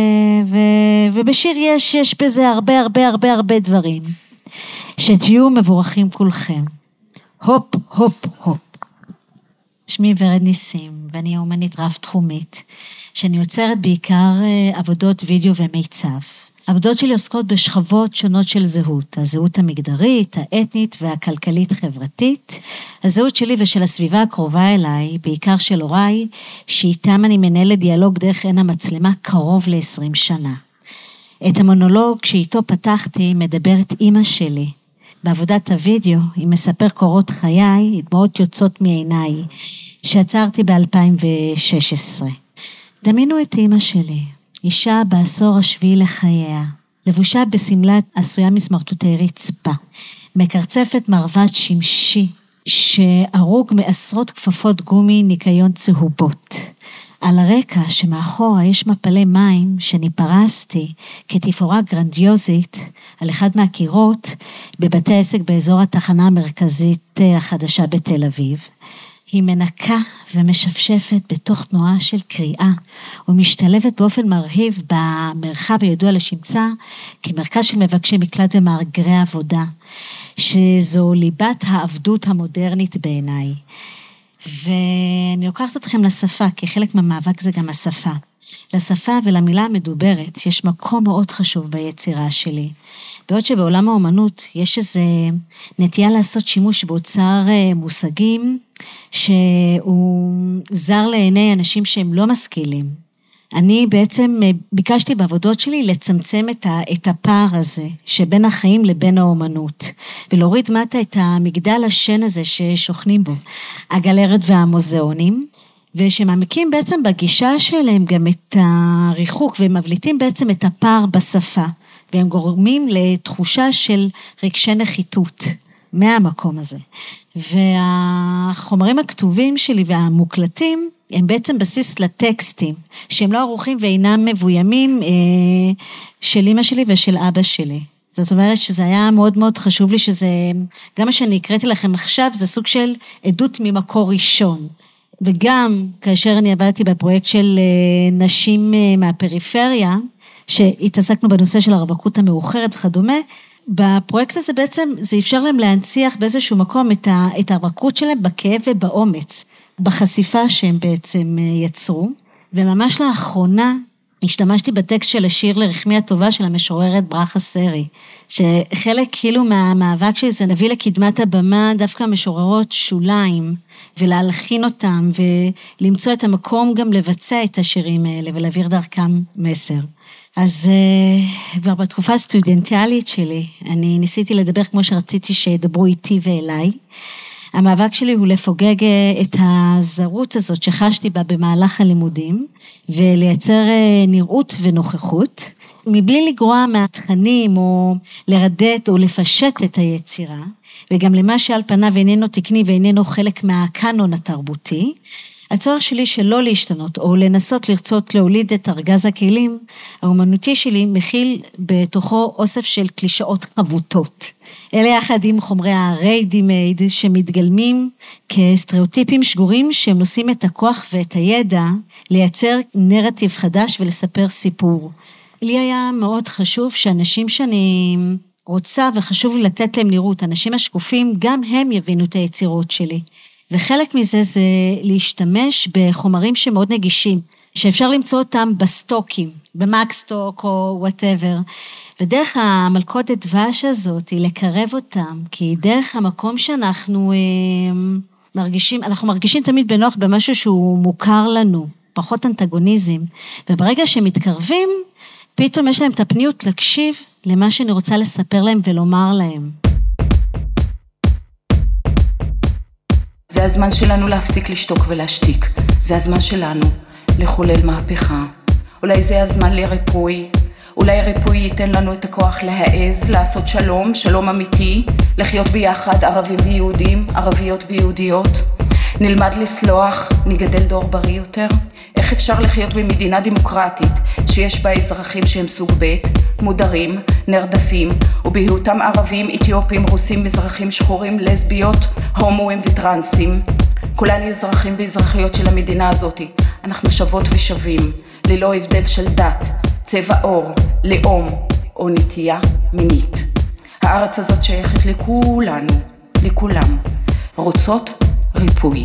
ובשיר יש בזה הרבה דברים. שתהיו מבורכים כולכם. הופ, הופ, הופ. שמי ורד ניסים, ואני אומנית רב תחומית, שאני יוצרת בעיקר עבודות וידאו ומיצב. העבודות שלי עוסקות בשכבות שונות של זהות, הזהות המגדרית, האתנית והכלכלית-חברתית. הזהות שלי ושל הסביבה הקרובה אליי, בעיקר של הוריי, שאיתם אני מנהלת דיאלוג דרך עין המצלמה קרוב ל-20 שנה. את המונולוג שאיתו פתחתי מדברת אמא שלי. בעבודת הוידאו היא מספר קורות חיי, דמעות יוצאות מעיניי, שעצרתי ב-2016. דמיינו את אמא שלי. אישה בעשור השביעי לחייה, לבושה בסמלת עשויה מסמרטוטי רצפה, מקרצפת מרבד שמשי, שערוג מעשרות כפפות גומי ניקיון צהובות. על הרקע שמאחורה יש מפלי מים שאני פרסתי כתפאורה גרנדיוזית על אחד מהקירות בבתי העסק באזור התחנה המרכזית החדשה בתל אביב. היא מנקה ומשפשפת בתוך תנועה של קריאה, ומשתלבת באופן מרהיב במרחב הידוע לשמצה, כמרכז של מבקשי מקלט ומאגרי עבודה, שזו ליבת העבדות המודרנית בעיניי. ואני לוקחת אתכם לשפה, כי חלק מהמאבק זה גם השפה. לשפה ולמילה המדוברת יש מקום מאוד חשוב ביצירה שלי. בעוד שבעולם האומנות יש איזו נטייה לעשות שימוש באוצר מושגים שהוא זר לעיני אנשים שהם לא משכילים. אני בעצם ביקשתי בעבודות שלי לצמצם את הפער הזה שבין החיים לבין האומנות, ולהוריד מטה את המגדל השן הזה ששוכנים בו, הגלריות והמוזיאונים, ושמעמיקים בעצם בגישה שלהם גם את הריחוק, ומבליטים בעצם את הפער בשפה, והם גורמים לתחושה של רגשי נחיתות מהמקום הזה. והחומרים הכתובים שלי והמוקלטים, הם בעצם בסיס לטקסטים, שהם לא ערוכים ואינם מבוימים של אמא שלי ושל אבא שלי. זאת אומרת שזה היה מאוד מאוד חשוב לי, שזה, גם מה שאני הקראתי לכם עכשיו, זה סוג של עדות ממקור ראשון. וגם כאשר אני עבדתי בפרויקט של נשים מהפריפריה, שהתעסקנו בנושא של הרווקות המאוחרת וכדומה, בפרויקט הזה בעצם זה אפשר להם להנציח באיזשהו מקום את הרווקות שלהם בכאב ובאומץ, בחשיפה שהם בעצם יצרו. וממש לאחרונה השתמשתי בטקסט של השיר לרחמי הטובה של המשוררת ברכה סרי, שחלק כאילו מהמאבק שלי זה להביא לקדמת הבמה דווקא משוררות שוליים, ולהלחין אותם ולמצוא את המקום גם לבצע את השירים האלה ולהעביר דרכם מסר. אז כבר בתקופה הסטודנטיאלית שלי, אני ניסיתי לדבר כמו שרציתי שידברו איתי ואליי. המאבק שלי הוא לפוגג את הזרות הזאת שחשתי בה במהלך הלימודים, ולייצר נראות ונוכחות, מבלי לגרוע מהתכנים או לרדט או לפשט את היצירה, וגם למה שעל פניו איננו תקני ואיננו חלק מהקאנון התרבותי. הצורך שלי שלא להשתנות או לנסות לרצות להוליד את ארגז הכלים, האומנותי שלי מכיל בתוכו אוסף של קלישאות חבוטות. אלה יחד עם חומרי הריידי-מייד שמתגלמים כסטריאוטיפים שגורים שהם נושאים את הכוח ואת הידע לייצר נרטיב חדש ולספר סיפור. לי היה מאוד חשוב שאנשים שאני רוצה וחשוב לי לתת להם לראות, אנשים השקופים גם הם יבינו את היצירות שלי. וחלק מזה זה להשתמש בחומרים שמאוד נגישים, שאפשר למצוא אותם בסטוקים, במקסטוק או whatever, ודרך המלכודת דבש הזאת היא לקרב אותם, כי דרך המקום שאנחנו מרגישים, אנחנו מרגישים תמיד בנוח במשהו שהוא מוכר לנו. פחות אנטגוניזם, וברגע שהם מתקרבים, פתאום יש להם את הפניות להקשיב למה שאני רוצה לספר להם ולומר להם. זה הזמן שלנו להפסיק לשתוק ולהשתיק. זה הזמן שלנו לחולל מהפכה. אולי זה הזמן לריפוי. אולי ריפוי ייתן לנו את הכוח להעז, לעשות שלום, שלום אמיתי, לחיות ביחד ערבים ויהודים, ערביות ויהודיות. נלמד לסלוח, נגדל דור בריא יותר. איך אפשר לחיות במדינה דמוקרטית שיש בה אזרחים שהם סוג ב', מודרים, נרדפים, ובהיותם ערבים, אתיופים, רוסים, מזרחים, שחורים, לסביות, הומואים וטרנסים. כולנו אזרחים ואזרחיות של המדינה הזאת. אנחנו שוות ושווים, ללא הבדל של דת, צבע עור, לאום או נטייה מינית. הארץ הזאת שייכת לכולנו, לכולם. רוצות ריפוי.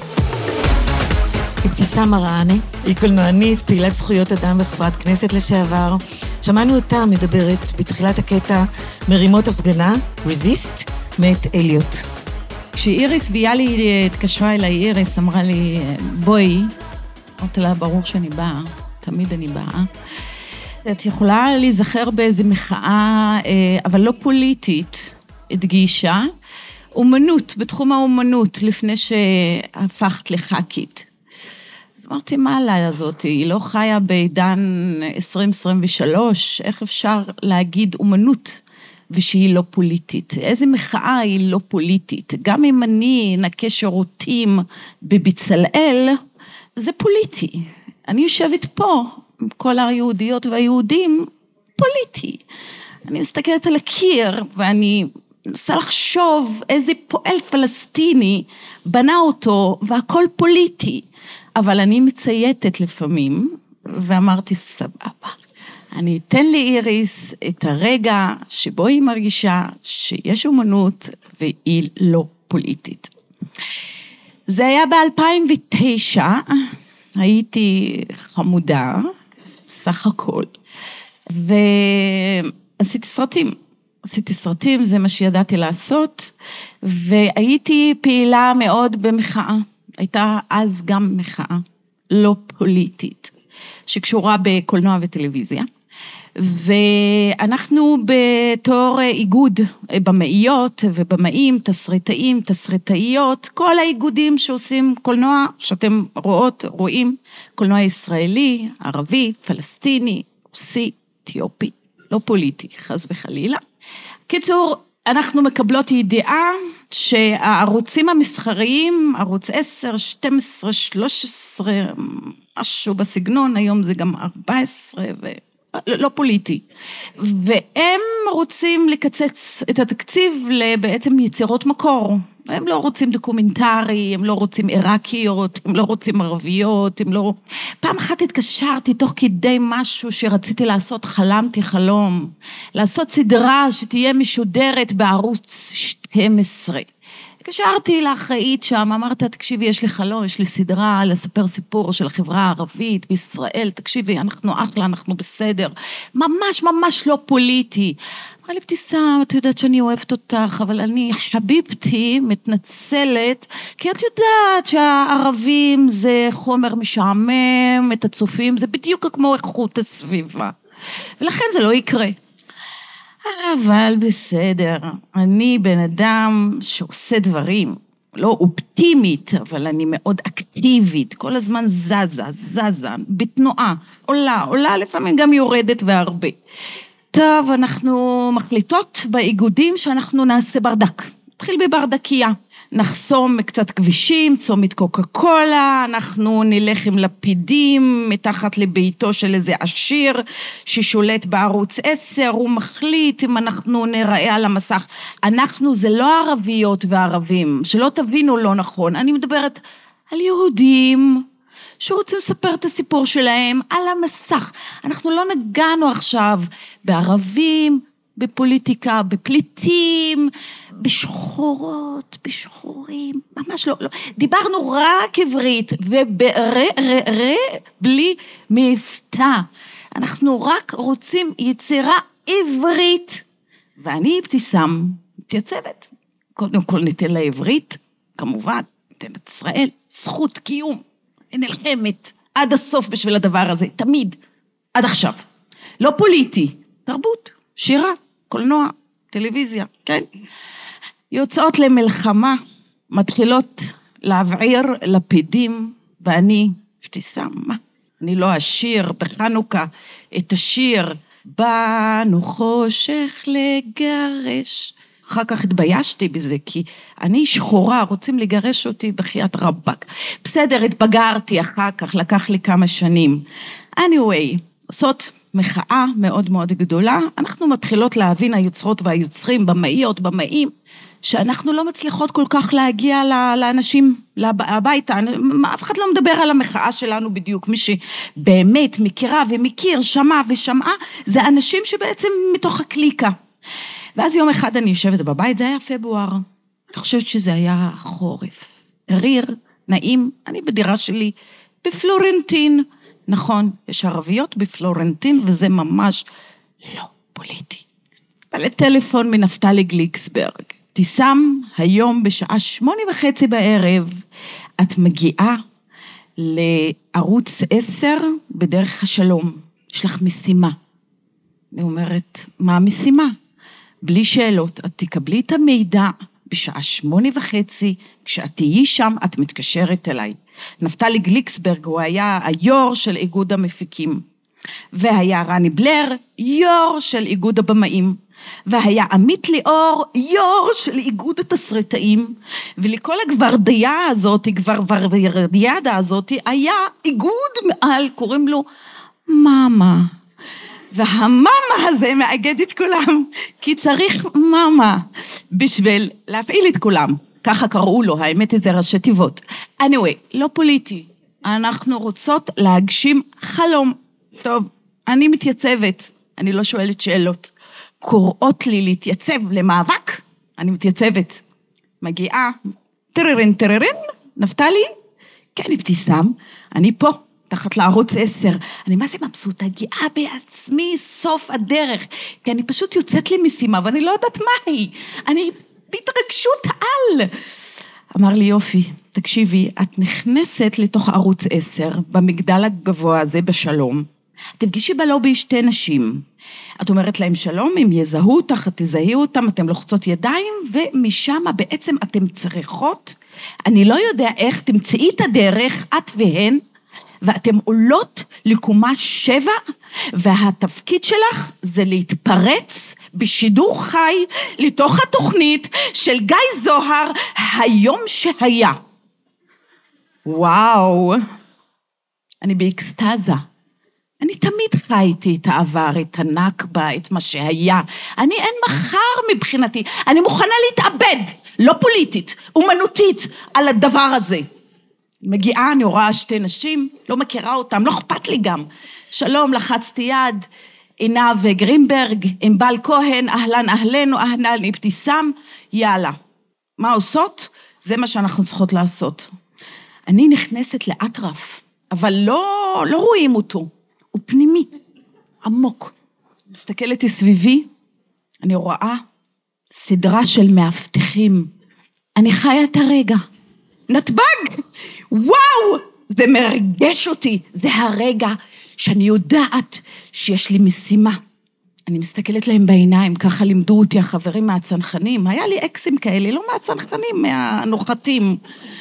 אבתיסאם מראענה, היא קולנוענית, פעילת זכויות אדם וחברת כנסת לשעבר. שמענו אותה מדברת בתחילת הקטע מרימות הפגנה, רזיסט, מאת אליוט. כשאיריס ויאלי התקשרה אליי, איריס אמרה לי, בואי, אמרתי לה, ברור שאני באה, תמיד אני באה. את יכולה להיזכר באיזו מחאה, אבל לא פוליטית, הדגישה, אומנות, בתחום האומנות, לפני שהפכת לח"כית. אז אמרתי, מה עליי הזאת? היא לא חיה בעידן 2023, איך אפשר להגיד אומנות ושהיא לא פוליטית? איזה מחאה היא לא פוליטית? גם אם אני נקה שירותים בבצלאל, זה פוליטי. אני יושבת פה, עם כל היהודיות והיהודים, פוליטי. אני מסתכלת על הקיר, ואני מנסה לחשוב איזה פועל פלסטיני בנה אותו, והכל פוליטי. אבל אני מצייתת לפעמים, ואמרתי, סבבה. אני אתן לאיריס את הרגע שבו היא מרגישה שיש אומנות, והיא לא פוליטית. זה היה ב-2009, הייתי חמודה, סך הכל, ועשיתי סרטים. עשיתי סרטים, זה מה שידעתי לעשות, והייתי פעילה מאוד במחאה. הייתה אז גם מחאה, לא פוליטית, שקשורה בקולנוע וטלוויזיה. ואנחנו בתור איגוד במאיות ובמאים, תסריטאים, תסריטאיות, כל האיגודים שעושים קולנוע, שאתם רואים, קולנוע ישראלי, ערבי, פלסטיני, רוסי, אתיופי, לא פוליטי, חס וחלילה. קיצור, אנחנו מקבלות ידיעה שהערוצים המסחריים, ערוץ 10, 12, 13, משהו בסגנון, היום זה גם 14 לא פוליטי. והם רוצים לקצץ את התקציב לבעצם יצירות מקור. הם לא רוצים דוקומנטרי, הם לא רוצים עיראקיות, הם לא רוצים ערביות, הם לא... פעם אחת התקשרתי תוך כדי משהו שרציתי לעשות, חלמתי חלום. לעשות סדרה שתהיה משודרת בערוץ 12. התקשרתי לאחראית שם, אמרת, תקשיבי, יש לי חלום, יש לי סדרה לספר סיפור של החברה הערבית בישראל, תקשיבי, אנחנו אחלה, אנחנו בסדר. ממש ממש לא פוליטי. אמרה לי, אבתיסאם, את יודעת שאני אוהבת אותך, אבל אני חביבתי, מתנצלת, כי את יודעת שהערבים זה חומר משעמם, את הצופים, זה בדיוק כמו איכות הסביבה. ולכן זה לא יקרה. אבל בסדר, אני בן אדם שעושה דברים, לא אופטימית, אבל אני מאוד אקטיבית, כל הזמן זזה, בתנועה, עולה, לפעמים גם יורדת והרבה. טוב, אנחנו מחליטות באיגודים שאנחנו נעשה ברדק. נתחיל בברדקייה. נחסום קצת כבישים, צומת קוקה קולה, אנחנו נלך עם לפידים מתחת לביתו של איזה עשיר ששולט בערוץ 10, הוא מחליט אם אנחנו נראה על המסך. אנחנו זה לא ערביות וערבים, שלא תבינו לא נכון, אני מדברת על יהודים שרוצים לספר את הסיפור שלהם על המסך. אנחנו לא נגענו עכשיו בערבים, בפוליטיקה, בפליטים, בשחורות, בשחורים, ממש לא. דיברנו רק עברית, בלי מבטא. אנחנו רק רוצים יצירה עברית. ואני אבתיסאם מתייצבת. קודם כל ניתן לה עברית, כמובן, ניתן את ישראל, זכות קיום, נלחמת עד הסוף בשביל הדבר הזה, תמיד, עד עכשיו. לא פוליטי, תרבות, שירה, קולנוע, טלוויזיה, כן? יוצאות למלחמה, מתחילות להבעיר לפידים, ואני, אבתיסאם, מה? אני לא אשיר בחנוכה את השיר, באנו חושך לגרש. אחר כך התביישתי בזה, כי אני שחורה, רוצים לגרש אותי בחיית רבק. בסדר, התבגרתי אחר כך, לקח לי כמה שנים. anyway, עושות מחאה מאוד מאוד גדולה, אנחנו מתחילות להבין היוצרות והיוצרים, במאיות, במאים, שאנחנו לא מצליחות כל כך להגיע לאנשים, הביתה, אף אחד לא מדבר על המחאה שלנו בדיוק, מי שבאמת מכירה ומכיר, שמע ושמעה, זה אנשים שבעצם מתוך הקליקה. ואז יום אחד אני יושבת בבית, זה היה פברואר, אני חושבת שזה היה חורף, קריר, נעים, אני בדירה שלי בפלורנטין, נכון, יש ערביות בפלורנטין, וזה ממש לא פוליטי. אבל טלפון מנפתלי גליקסברג, אבתיסאם, היום בשעה 8:30 בערב, את מגיעה לערוץ 10 בדרך השלום, יש לך משימה. אני אומרת, מה המשימה? בלי שאלות, את תקבלי את המידע בשעה 8:30, כשאת תהיי שם, את מתקשרת אליי. נפתלי גליקסברג, הוא היה היו"ר של איגוד המפיקים, והיה רני בלר, יו"ר של איגוד הבמאים, והיה עמית ליאור, יו"ר של איגוד התסריטאים, ולכל הגוורדיה הזאת, גוורדיאדה הזאת, היה איגוד מעל, קוראים לו מאמה. והמאמה הזה מאגד את כולם, כי צריך מאמה בשביל להפעיל את כולם. ככה קראו לו, האמת היא זה ראשי תיבות. anyway, לא פוליטי. אנחנו רוצות להגשים חלום. טוב, אני מתייצבת, אני לא שואלת שאלות. קוראות לי להתייצב למאבק, אני מתייצבת. מגיעה, טררין, נפתלי? כן, אבתיסאם, אני פה. תחת לערוץ 10, אני מה זה מבסוטה, הגיעה בעצמי סוף הדרך, כי אני פשוט יוצאת לי משימה, ואני לא יודעת מה היא, אני בהתרגשות על. אמר לי יופי, תקשיבי, את נכנסת לתוך ערוץ 10, במגדל הגבוה הזה בשלום, תפגשי בלובי 2 נשים, את אומרת להם שלום, אם יזהו אותך, תזהו אותם, אתם לוחצות ידיים, ומשם בעצם אתם צריכות, אני לא יודע איך, תמצאי את הדרך, את והן, ואתם עולות לקומה 7, והתפקיד שלך זה להתפרץ בשידור חי לתוך התוכנית של גיא זוהר, היום שהיה. וואו, אני באקסטאזה. אני תמיד חייתי את העבר, את הנכבה, את מה שהיה. אני אין מחר מבחינתי, אני מוכנה להתאבד, לא פוליטית, אומנותית, על הדבר הזה. מגיעה, אני רואה 2 נשים, לא מכירה אותם, לא אכפת לי גם. שלום, לחצתי יד, עינב גרינברג, ענבל כהן, אהלן אהלנו, אהלן אבתיסאם, יאללה. מה עושות? זה מה שאנחנו צריכות לעשות. אני נכנסת לאטרף, אבל לא רואים אותו. הוא פנימי, עמוק. מסתכלת סביבי, אני רואה סדרה של מאבטחים. אני חיה את הרגע. נתב"ג! וואו! זה מרגש אותי. זה הרגע שאני יודעת שיש לי משימה. אני מסתכלת להם בעיניים, ככה לימדו אותי החברים מהצנחנים. היה לי אקסים כאלה, לא מהצנחנים, מהנוחתים.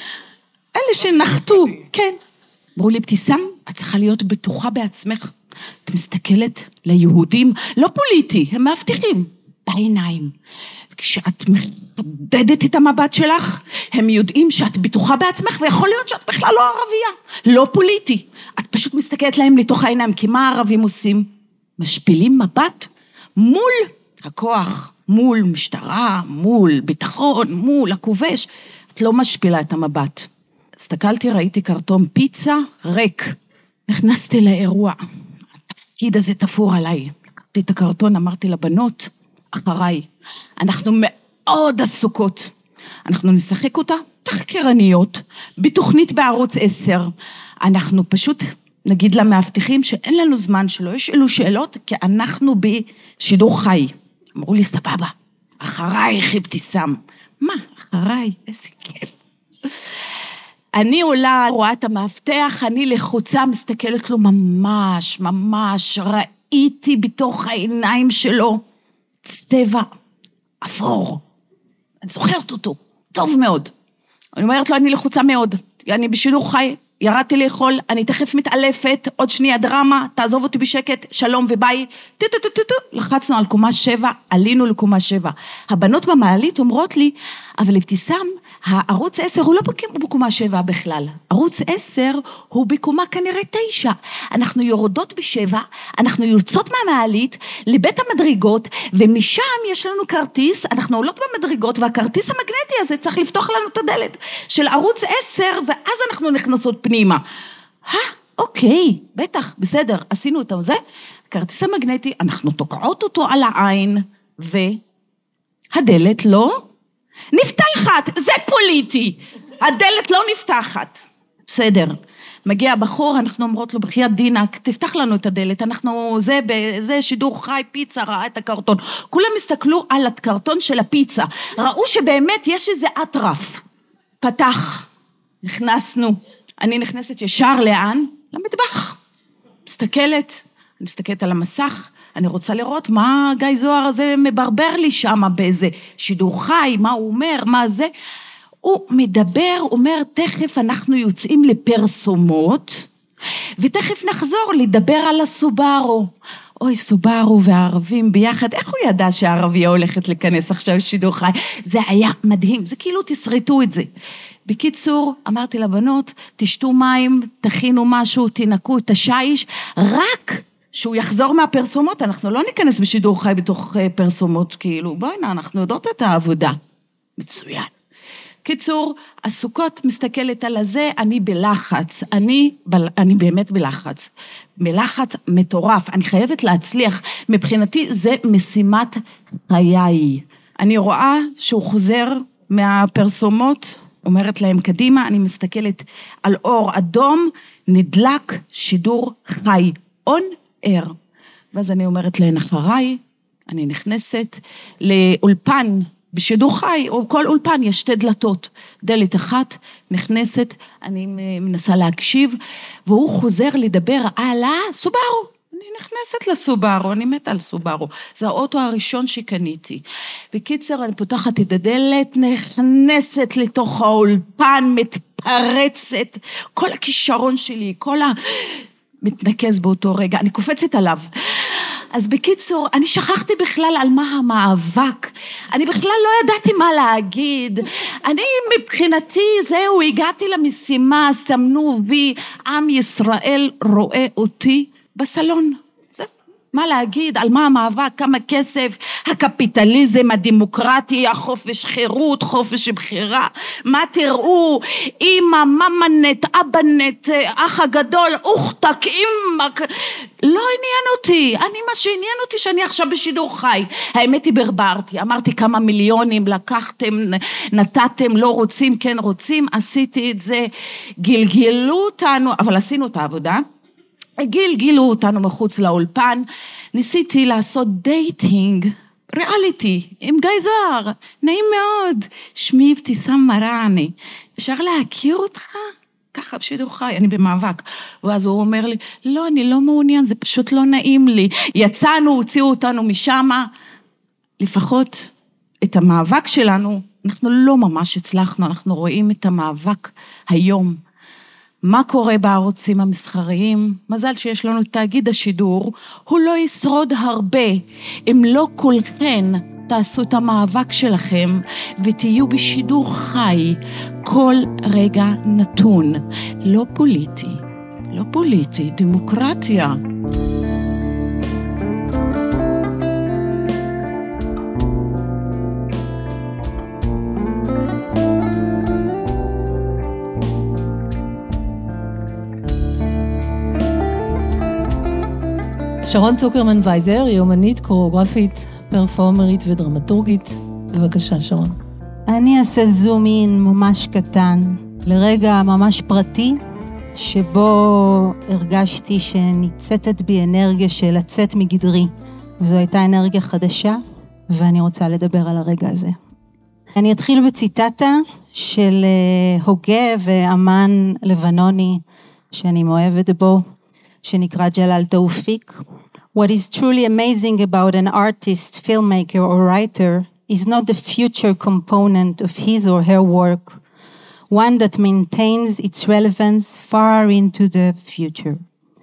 אלה שנחתו, כן. אמרו לי, אבתיסאם, את צריכה להיות בטוחה בעצמך. את מסתכלת ליהודים, לא פוליטי, הם מאבטחים, בעיניים. וכשאת מחדדת את המבט שלך, הם יודעים שאת בטוחה בעצמך, ויכול להיות שאת בכלל לא ערבייה, לא פוליטי. את פשוט מסתכלת להם לתוך העיניים, כי מה הערבים עושים? משפילים מבט מול הכוח, מול משטרה, מול ביטחון, מול הכובש. את לא משפילה את המבט. הסתכלתי, ראיתי קרטון פיצה ריק. נכנסתי לאירוע. התפקיד הזה תפור עליי. לקחתי את הקרטון, אמרתי לבנות, אחריי. אנחנו מאוד עסוקות. אנחנו נשחק אותה תחקרניות, בתוכנית בערוץ 10. אנחנו פשוט נגיד למאבטחים שאין לנו זמן, שלא ישאלו שאלות, כי אנחנו בשידור חי. אמרו לי, סבבה, אחריי, אבתיסאם. מה? אחריי? איזה כיף. אני עולה, רואה את המאבטח, אני לחוצה, מסתכלת לו ממש, ממש, ראיתי בתוך העיניים שלו צבע אפור. אני זוכרת אותו, טוב מאוד. אני אומרת לו, אני לחוצה מאוד, אני בשידור חי, ירדתי לאכול, אני תכף מתעלפת, עוד שנייה דרמה, תעזוב אותי בשקט, שלום וביי, לחצנו על קומה 7, עלינו לקומה 7. הבנות במעלית אומרות לי, אבל אבתיסאם, הערוץ 10 הוא לא בקומה 7 בכלל. ערוץ 10 הוא בקומה כנראה 9. אנחנו יורדות ב7, אנחנו יוצאות מהמעלית לבית המדרגות, ומשם יש לנו כרטיס, אנחנו עולות במדרגות, והכרטיס המגנטי הזה צריך לפתוח לנו את הדלת של ערוץ 10, ואז אנחנו נכנסות פנימה. אוקיי, בטח, בסדר, עשינו את זה. הכרטיס המגנטי, אנחנו תוקעות אותו על העין, והדלת לא נפתחת, זה פוליטי. הדלת לא נפתחת. בסדר. מגיע הבחור, אנחנו אומרות לו, בחייאת דינק, תפתח לנו את הדלת, אנחנו, זה שידור חי, פיצה, ראה את הקרטון. כולם הסתכלו על הקרטון של הפיצה. ראו שבאמת יש איזה אטרף. פתח. נכנסנו. אני נכנסת ישר לאן? למטבח. מסתכלת על המסך. אני רוצה לראות מה גיא זוהר הזה מברבר לי שם באיזה שידור חי, מה הוא אומר, מה זה. הוא מדבר, אומר, תכף אנחנו יוצאים לפרסומות, ותכף נחזור לדבר על הסובארו. אוי, סובארו והערבים ביחד, איך הוא ידע שהערבייה הולכת לכנס עכשיו שידור חי? זה היה מדהים, זה כאילו תסרטו את זה. בקיצור, אמרתי לבנות, תשתו מים, תכינו משהו, תנקו את השיש, רק שהוא יחזור מהפרסומות, אנחנו לא ניכנס בשידור חי בתוך פרסומות, כאילו, בואי, אנחנו יודעות את העבודה. מצוין. קיצור, הסוכות מסתכלת על הזה, אני בלחץ, אני באמת בלחץ מטורף, אני חייבת להצליח, מבחינתי זה משימת חיי. אני רואה שהוא חוזר מהפרסומות, אומרת להם קדימה, אני מסתכלת על אור אדום, נדלק שידור חי, on air. ואז אני אומרת להן אחריי, אני נכנסת לאולפן, בשידור חי, או כל אולפן, יש 2 דלתות. דלת אחת, נכנסת, אני מנסה להקשיב, והוא חוזר לדבר על הסובארו. אני נכנסת לסובארו, אני מתה על סובארו. זה האוטו הראשון שקניתי. בקיצר, אני פותחת את הדלת, נכנסת לתוך האולפן, מתפרצת, כל הכישרון שלי, מתנקז באותו רגע, אני קופצת עליו. אז בקיצור, אני שכחתי בכלל על מה המאבק, אני בכלל לא ידעתי מה להגיד, אני מבחינתי, זהו, הגעתי למשימה, סמנו וי, עם ישראל רואה אותי בסלון. זהו, מה להגיד, על מה המאבק, כמה כסף, הקפיטליזם, הדמוקרטי, החופש חירות, חופש בחירה, מה תראו, אמא, ממנט, אבנט, אח הגדול, אוכתק, אמא, לא עניין אותי, מה שעניין אותי שאני עכשיו בשידור חי, האמת היא ברברתי, אמרתי כמה מיליונים לקחתם, נתתם, לא רוצים, כן רוצים, עשיתי את זה, גלגלו אותנו, אבל עשינו את העבודה, גלגלו אותנו מחוץ לאולפן, ניסיתי לעשות דייטינג, ריאליטי, עם גיא זוהר, נעים מאוד, שמי אבתיסאם מראענה, אפשר להכיר אותך? ככה בשידור חי, אני במאבק, ואז הוא אומר לי, לא, אני לא מעוניין, זה פשוט לא נעים לי, יצאנו, הוציאו אותנו משם, לפחות את המאבק שלנו, אנחנו לא ממש הצלחנו, אנחנו רואים את המאבק היום, מה קורה בערוצים המסחריים? מזל שיש לנו תאגיד השידור, הוא לא ישרוד הרבה, אם לא כולכן תעשו את המאבק שלכם, ותהיו בשידור חי, כל רגע נתון, לא פוליטי, דמוקרטיה. שרון צוקרמן וייזר היא אומנית, קוריאוגרפית, פרפורמרית ודרמטורגית. בבקשה, שרון. אני אעשה זום אין ממש קטן, לרגע ממש פרטי, שבו הרגשתי שניצתת בי אנרגיה של לצאת מגדרי. וזו הייתה אנרגיה חדשה, ואני רוצה לדבר על הרגע הזה. אני אתחיל בציטטה של הוגה ואמן לבנוני שאני מאוהבת בו, שנקרא ג'לאל תאופיק. What is truly amazing about an artist, filmmaker or writer is not the future component of his or her work, one that maintains its relevance far into the future,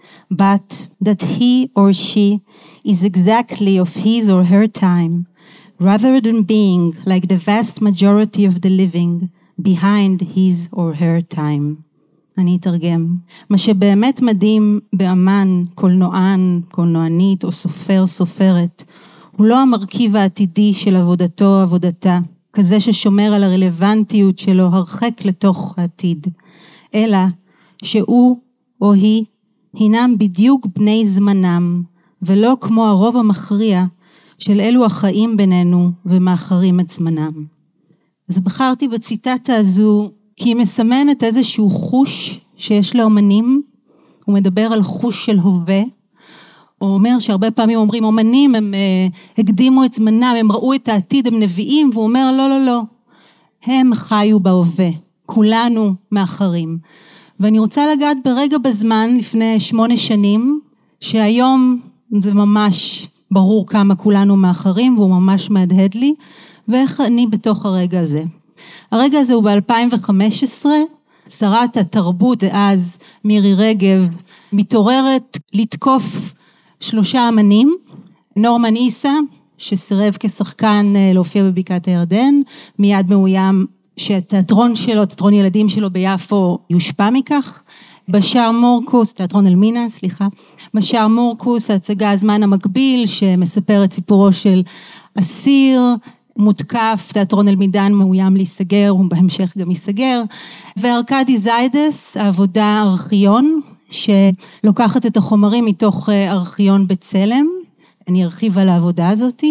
but that he or she is exactly of his or her time, rather than being, like the vast majority of the living, behind his or her time. אני אתרגם. מה שבאמת מדהים באמן, קולנוען, קולנוענית או סופר, סופרת, הוא לא המרכיב העתידי של עבודתו או עבודתה, כזה ששומר על הרלוונטיות שלו הרחק לתוך העתיד, אלא שהוא או היא הינם בדיוק בני זמנם, ולא כמו הרוב המכריע של אלו החיים בינינו ומאחרים את זמנם. אז בחרתי בציטטה הזו, כי היא מסמנת איזשהו חוש שיש לאומנים, הוא מדבר על חוש של הווה, הוא אומר שהרבה פעמים אומרים, אומנים הם הקדימו את זמנם, הם ראו את העתיד, הם נביאים, והוא אומר לא, לא, לא, הם חיו בהווה, כולנו מאחרים. ואני רוצה לגעת ברגע בזמן, לפני 8 שנים, שהיום זה ממש ברור כמה כולנו מאחרים, והוא ממש מהדהד לי, ואיך אני בתוך הרגע הזה. הרגע הזה הוא ב-2015, שרת התרבות אז, מירי רגב, מתעוררת לתקוף 3 אמנים, נורמן איסה, שסירב כשחקן להופיע בבקעת הירדן, מיד מאוים שהתיאטרון שלו, תיאטרון ילדים שלו ביפו יושפע מכך, בשאר מורקוס, תיאטרון אלמינה, סליחה, בשאר מורקוס, ההצגה הזמן המקביל, שמספר את סיפורו של אסיר, מותקף, תיאטרון אלמידן מאוים להיסגר, ובהמשך גם ייסגר, וארקדי זיידס, העבודה ארכיון, שלוקחת את החומרים מתוך ארכיון בצלם, אני ארחיב על העבודה הזאת,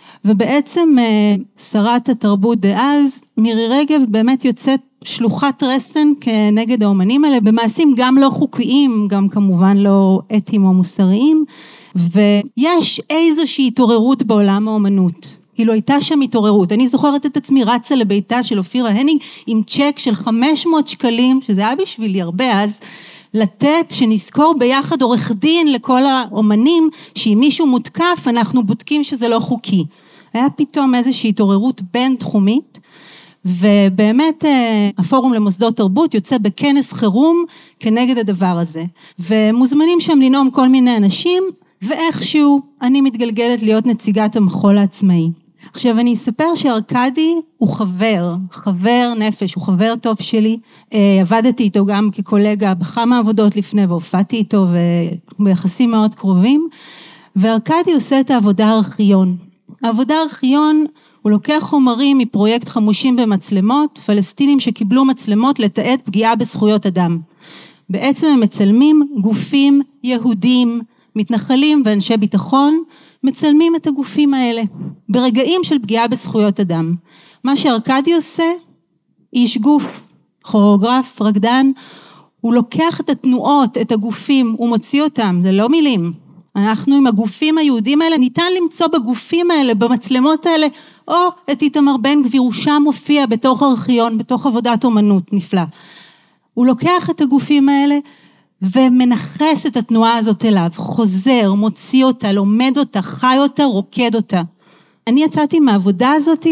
ובעצם שרת התרבות דאז, מירי רגב באמת יוצאת שלוחת רסן כנגד האומנים האלה, במעשים גם לא חוקיים, גם כמובן לא אתיים או מוסריים, ויש איזושהי התעוררות בעולם האומנות. כאילו הייתה שם התעוררות, אני זוכרת את עצמי רצה לביתה של אופירה הניג, עם צ'ק של 500 שקלים, שזה היה בשבילי הרבה אז, לתת שנזכור ביחד עורך דין לכל האומנים, שאם מישהו מותקף אנחנו בודקים שזה לא חוקי. היה פתאום איזושהי התעוררות בין תחומית, ובאמת הפורום למוסדות תרבות יוצא בכנס חירום כנגד הדבר הזה. ומוזמנים שם לנאום כל מיני אנשים, ואיכשהו אני מתגלגלת להיות נציגת המחול העצמאי. עכשיו אני אספר שארקדי הוא חבר נפש, הוא חבר טוב שלי, עבדתי איתו גם כקולגה בכמה עבודות לפני, והופעתי איתו ביחסים מאוד קרובים, וארקדי עושה את העבודה ארכיון. העבודה ארכיון הוא לוקח חומרים מפרויקט חמושים במצלמות, פלסטינים שקיבלו מצלמות לתעד פגיעה בזכויות אדם. בעצם הם מצלמים גופים יהודים, מתנחלים ואנשי ביטחון, מצלמים את הגופים האלה, ברגעים של פגיעה בזכויות אדם. מה שארקדי עושה, איש גוף, כוריאוגרף, רקדן, הוא לוקח את התנועות, את הגופים, הוא מוציא אותם, זה לא מילים. אנחנו עם הגופים היהודים האלה, ניתן למצוא בגופים האלה, במצלמות האלה, או את איתמר בן גביר, הוא שם מופיע בתוך ארכיון, בתוך עבודת אומנות נפלא. הוא לוקח את הגופים האלה, ומנחס את התנועה הזאת אליו, חוזר, מוציא אותה, לומד אותה, חי אותה, רוקד אותה. אני יצאתי מהעבודה הזאת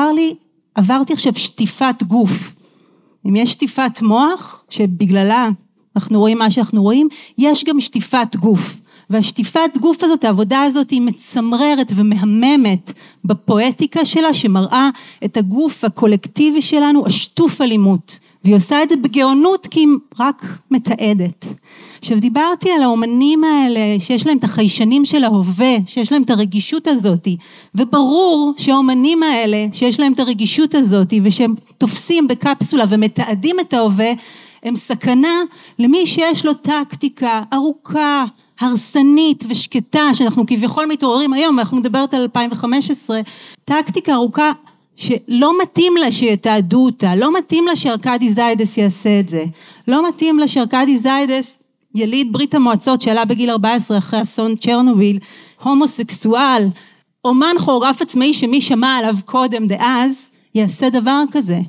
ועברתי עכשיו שטיפת גוף. אם יש שטיפת מוח, שבגללה אנחנו רואים מה שאנחנו רואים, יש גם שטיפת גוף. והשטיפת גוף הזאת, העבודה הזאת היא מצמררת ומהממת בפואטיקה שלה, שמראה את הגוף הקולקטיבי שלנו, השטוף אלימות. והיא עושה את זה בגאונות כי היא רק מתעדת. עכשיו דיברתי על האומנים האלה שיש להם את החיישנים של ההווה, שיש להם את הרגישות הזאת, וברור שהאומנים האלה שיש להם את הרגישות הזאת, ושהם תופסים בקפסולה ומתעדים את ההווה, הם סכנה למי שיש לו טקטיקה ארוכה, הרסנית ושקטה, שאנחנו כביכול מתעוררים היום, ואנחנו מדברת על 2015, טקטיקה ארוכה, שלא מתאים לה שיתעדו אותה, לא מתאים לה שארקדי זיידס יעשה את זה, לא מתאים לה שארקדי זיידס, יליד ברית המועצות שעלה בגיל 14 אחרי אסון צ'רנוביל, הומוסקסואל, אומן כוריאוגרף עצמאי שמי שמע עליו קודם דאז, יעשה דבר כזה.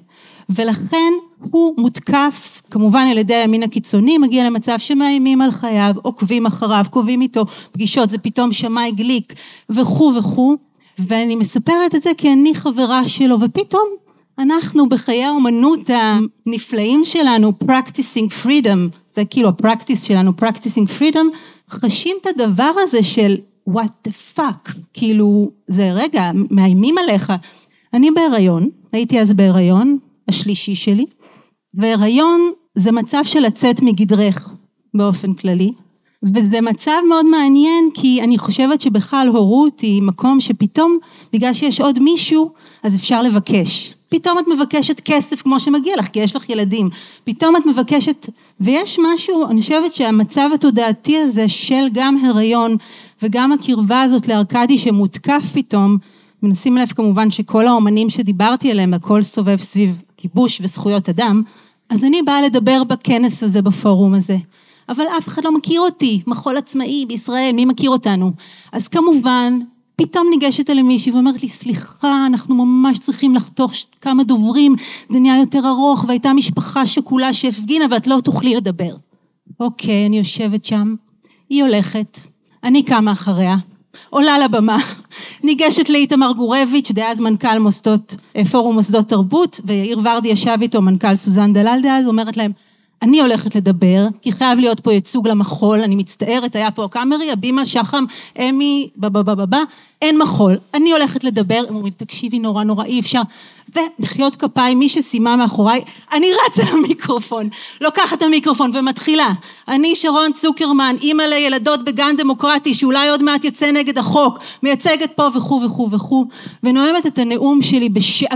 ולכן הוא מותקף, כמובן על ידי הימין הקיצוני, מגיע למצב שמאיימים על חייו, עוקבים אחריו, קובעים איתו פגישות, זה פתאום שמאי גליק וכו' וכו', ואני מספרת את זה כי אני חברה שלו, ופתאום אנחנו בחיי האומנות הנפלאים שלנו, practicing freedom, זה כאילו הפרקטיס שלנו, practicing freedom, חשים את הדבר הזה של what the fuck, כאילו זה רגע, מאיימים עליך. אני בהיריון, הייתי אז בהיריון, השלישי שלי, והיריון זה מצב של לצאת מגדרך באופן כללי, וזה מצב מאוד מעניין, כי אני חושבת שבכלל הורות היא מקום שפתאום, בגלל שיש עוד מישהו, אז אפשר לבקש. פתאום את מבקשת כסף כמו שמגיע לך, כי יש לך ילדים. פתאום את מבקשת, ויש משהו, אני חושבת שהמצב התודעתי הזה של גם הריון, וגם הקרבה הזאת לארקדי שמותקף פתאום, מנסים לב כמובן שכל האומנים שדיברתי עליהם, הכל סובב סביב כיבוש וזכויות אדם, אז אני באה לדבר בכנס הזה, בפורום הזה. אבל אף אחד לא מכיר אותי, מחול עצמאי בישראל, מי מכיר אותנו? אז כמובן, פתאום ניגשת אלי מישהי ואומרת לי, סליחה, אנחנו ממש צריכים לחתוך כמה דוברים, זה נהיה יותר ארוך, והייתה משפחה שכולה שהפגינה, ואת לא תוכלי לדבר. אוקיי, אני יושבת שם, היא הולכת, אני קמה אחריה, עולה לבמה, ניגשת לאיתמר גורביץ', דאז מנכ"ל פורום מוסדות תרבות, ויאיר ורדי ישב איתו, מנכ"ל סוזן דלל דאז, אומרת להם, אני הולכת לדבר, כי חייב להיות פה ייצוג למחול, אני מצטערת, היה פה הקאמרי, הבימה, שחם, אמי, אין מחול, אני הולכת לדבר, הם אומרים, תקשיבי נורא, אי אפשר, ומחיאות כפיים, מי שסיימה מאחוריי, אני רצה למיקרופון, לוקחת את המיקרופון ומתחילה, אני שרון צוקרמן, אימא לילדות בגן דמוקרטי, שאולי עוד מעט יצא נגד החוק, מייצגת פה וכו', ונואמת את הנאום שלי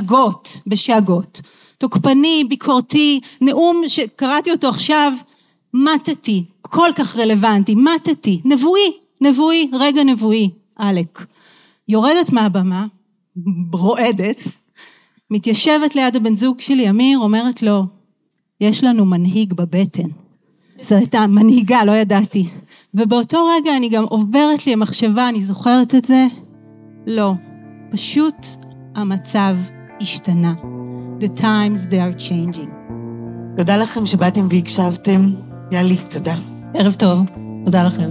בשאגות. תוקפני, ביקורתי, נאום שקראתי אותו עכשיו, מתתי, כל כך רלוונטי, מתתי, נבואי, רגע נבואי, אלק. יורדת מהבמה, רועדת, מתיישבת ליד הבן זוג שלי, אמיר, אומרת לו, יש לנו מנהיג בבטן. זו הייתה מנהיגה, לא ידעתי. ובאותו רגע אני גם עוברת לי המחשבה, אני זוכרת את זה, לא, פשוט המצב השתנה. The times they are changing. תודה לכם שבאתם והקשבתם. יאלי, תודה. ערב טוב. תודה לכם.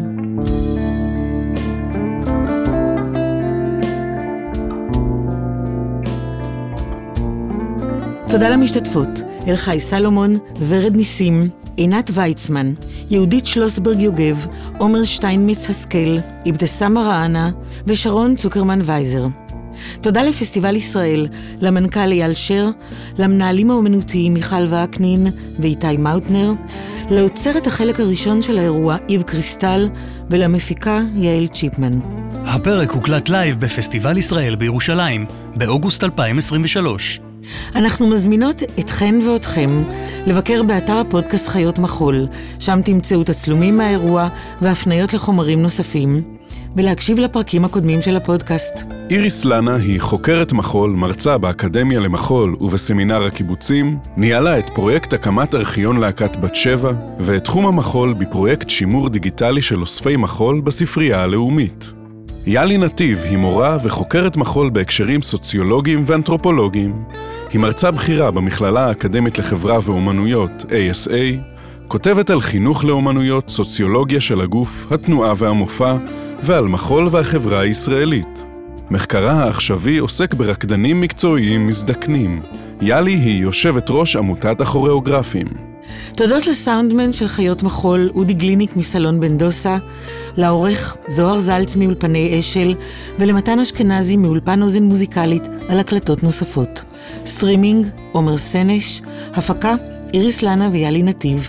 תודה למשתתפות, אלחי סלומון, ורד ניסים, עינת ויצמן, יהודית שלוסברג יוגב, עומר שטיינמיץ הסקל, אבתסאם מראענה ושרון צוקרמן וייזר. תודה לפסטיבל ישראל, למנכ"ל אייל שר, למנהלים האומנותיים מיכל וקנין ואיתי מאוטנר, לאוצרת החלק הראשון של האירוע איב קריסטל ולמפיקה יעל צ'יפמן. הפרק הוקלט לייב בפסטיבל ישראל בירושלים, באוגוסט 2023. אנחנו מזמינות אתכן ואתכם לבקר באתר הפודקאסט חיות מחול, שם תמצאו תצלומים מהאירוע והפניות לחומרים נוספים, ולהקשיב לפרקים הקודמים של הפודקאסט. איריס לנה היא חוקרת מחול, מרצה באקדמיה למחול ובסמינר הקיבוצים, ניהלה את פרויקט הקמת ארכיון להקת בת שבע, ואת תחום המחול בפרויקט שימור דיגיטלי של אוספי מחול בספרייה הלאומית. יאלי נתיב היא מורה וחוקרת מחול בהקשרים סוציולוגיים ואנתרופולוגיים. היא מרצה בכירה במכללה האקדמית לחברה ואומנויות ASA, כותבת על חינוך לאומנויות, סוציולוגיה של הגוף, התנועה והמופע, ועל מחול והחברה הישראלית. מחקרה העכשווי עוסק ברקדנים מקצועיים מזדקנים. יאלי היא יושבת ראש עמותת הכוריאוגרפים. תודות לסאונדמן של חיות מחול, אודי גליניק מסלון בן דוסה, לעורך זוהר זלץ מאולפני אשל, ולמתן אשכנזי מאולפן אוזן מוזיקלית על הקלטות נוספות. סטרימינג, עומר סנש, הפקה, איריס לנה ויאלי נתיב.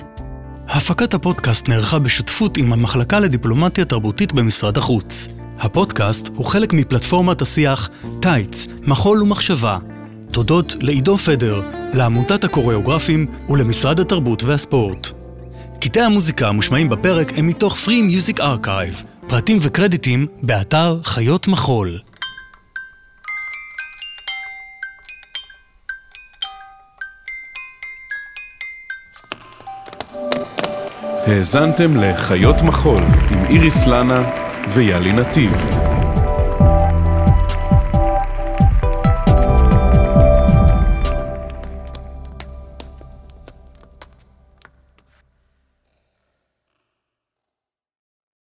הפקת הפודקאסט נערכה בשותפות עם המחלקה לדיפלומטיה תרבותית במשרד החוץ. הפודקאסט הוא חלק מפלטפורמת השיח טייץ, מחול ומחשבה. תודות לעידו פדר, לעמותת הכוריאוגרפים ולמשרד התרבות והספורט. קטעי המוזיקה המושמעים בפרק הם מתוך Free Music Archive, פרטים וקרדיטים באתר חיות מחול. האזנתם לחיות מחול עם איריס לנה ויאלי נתיב.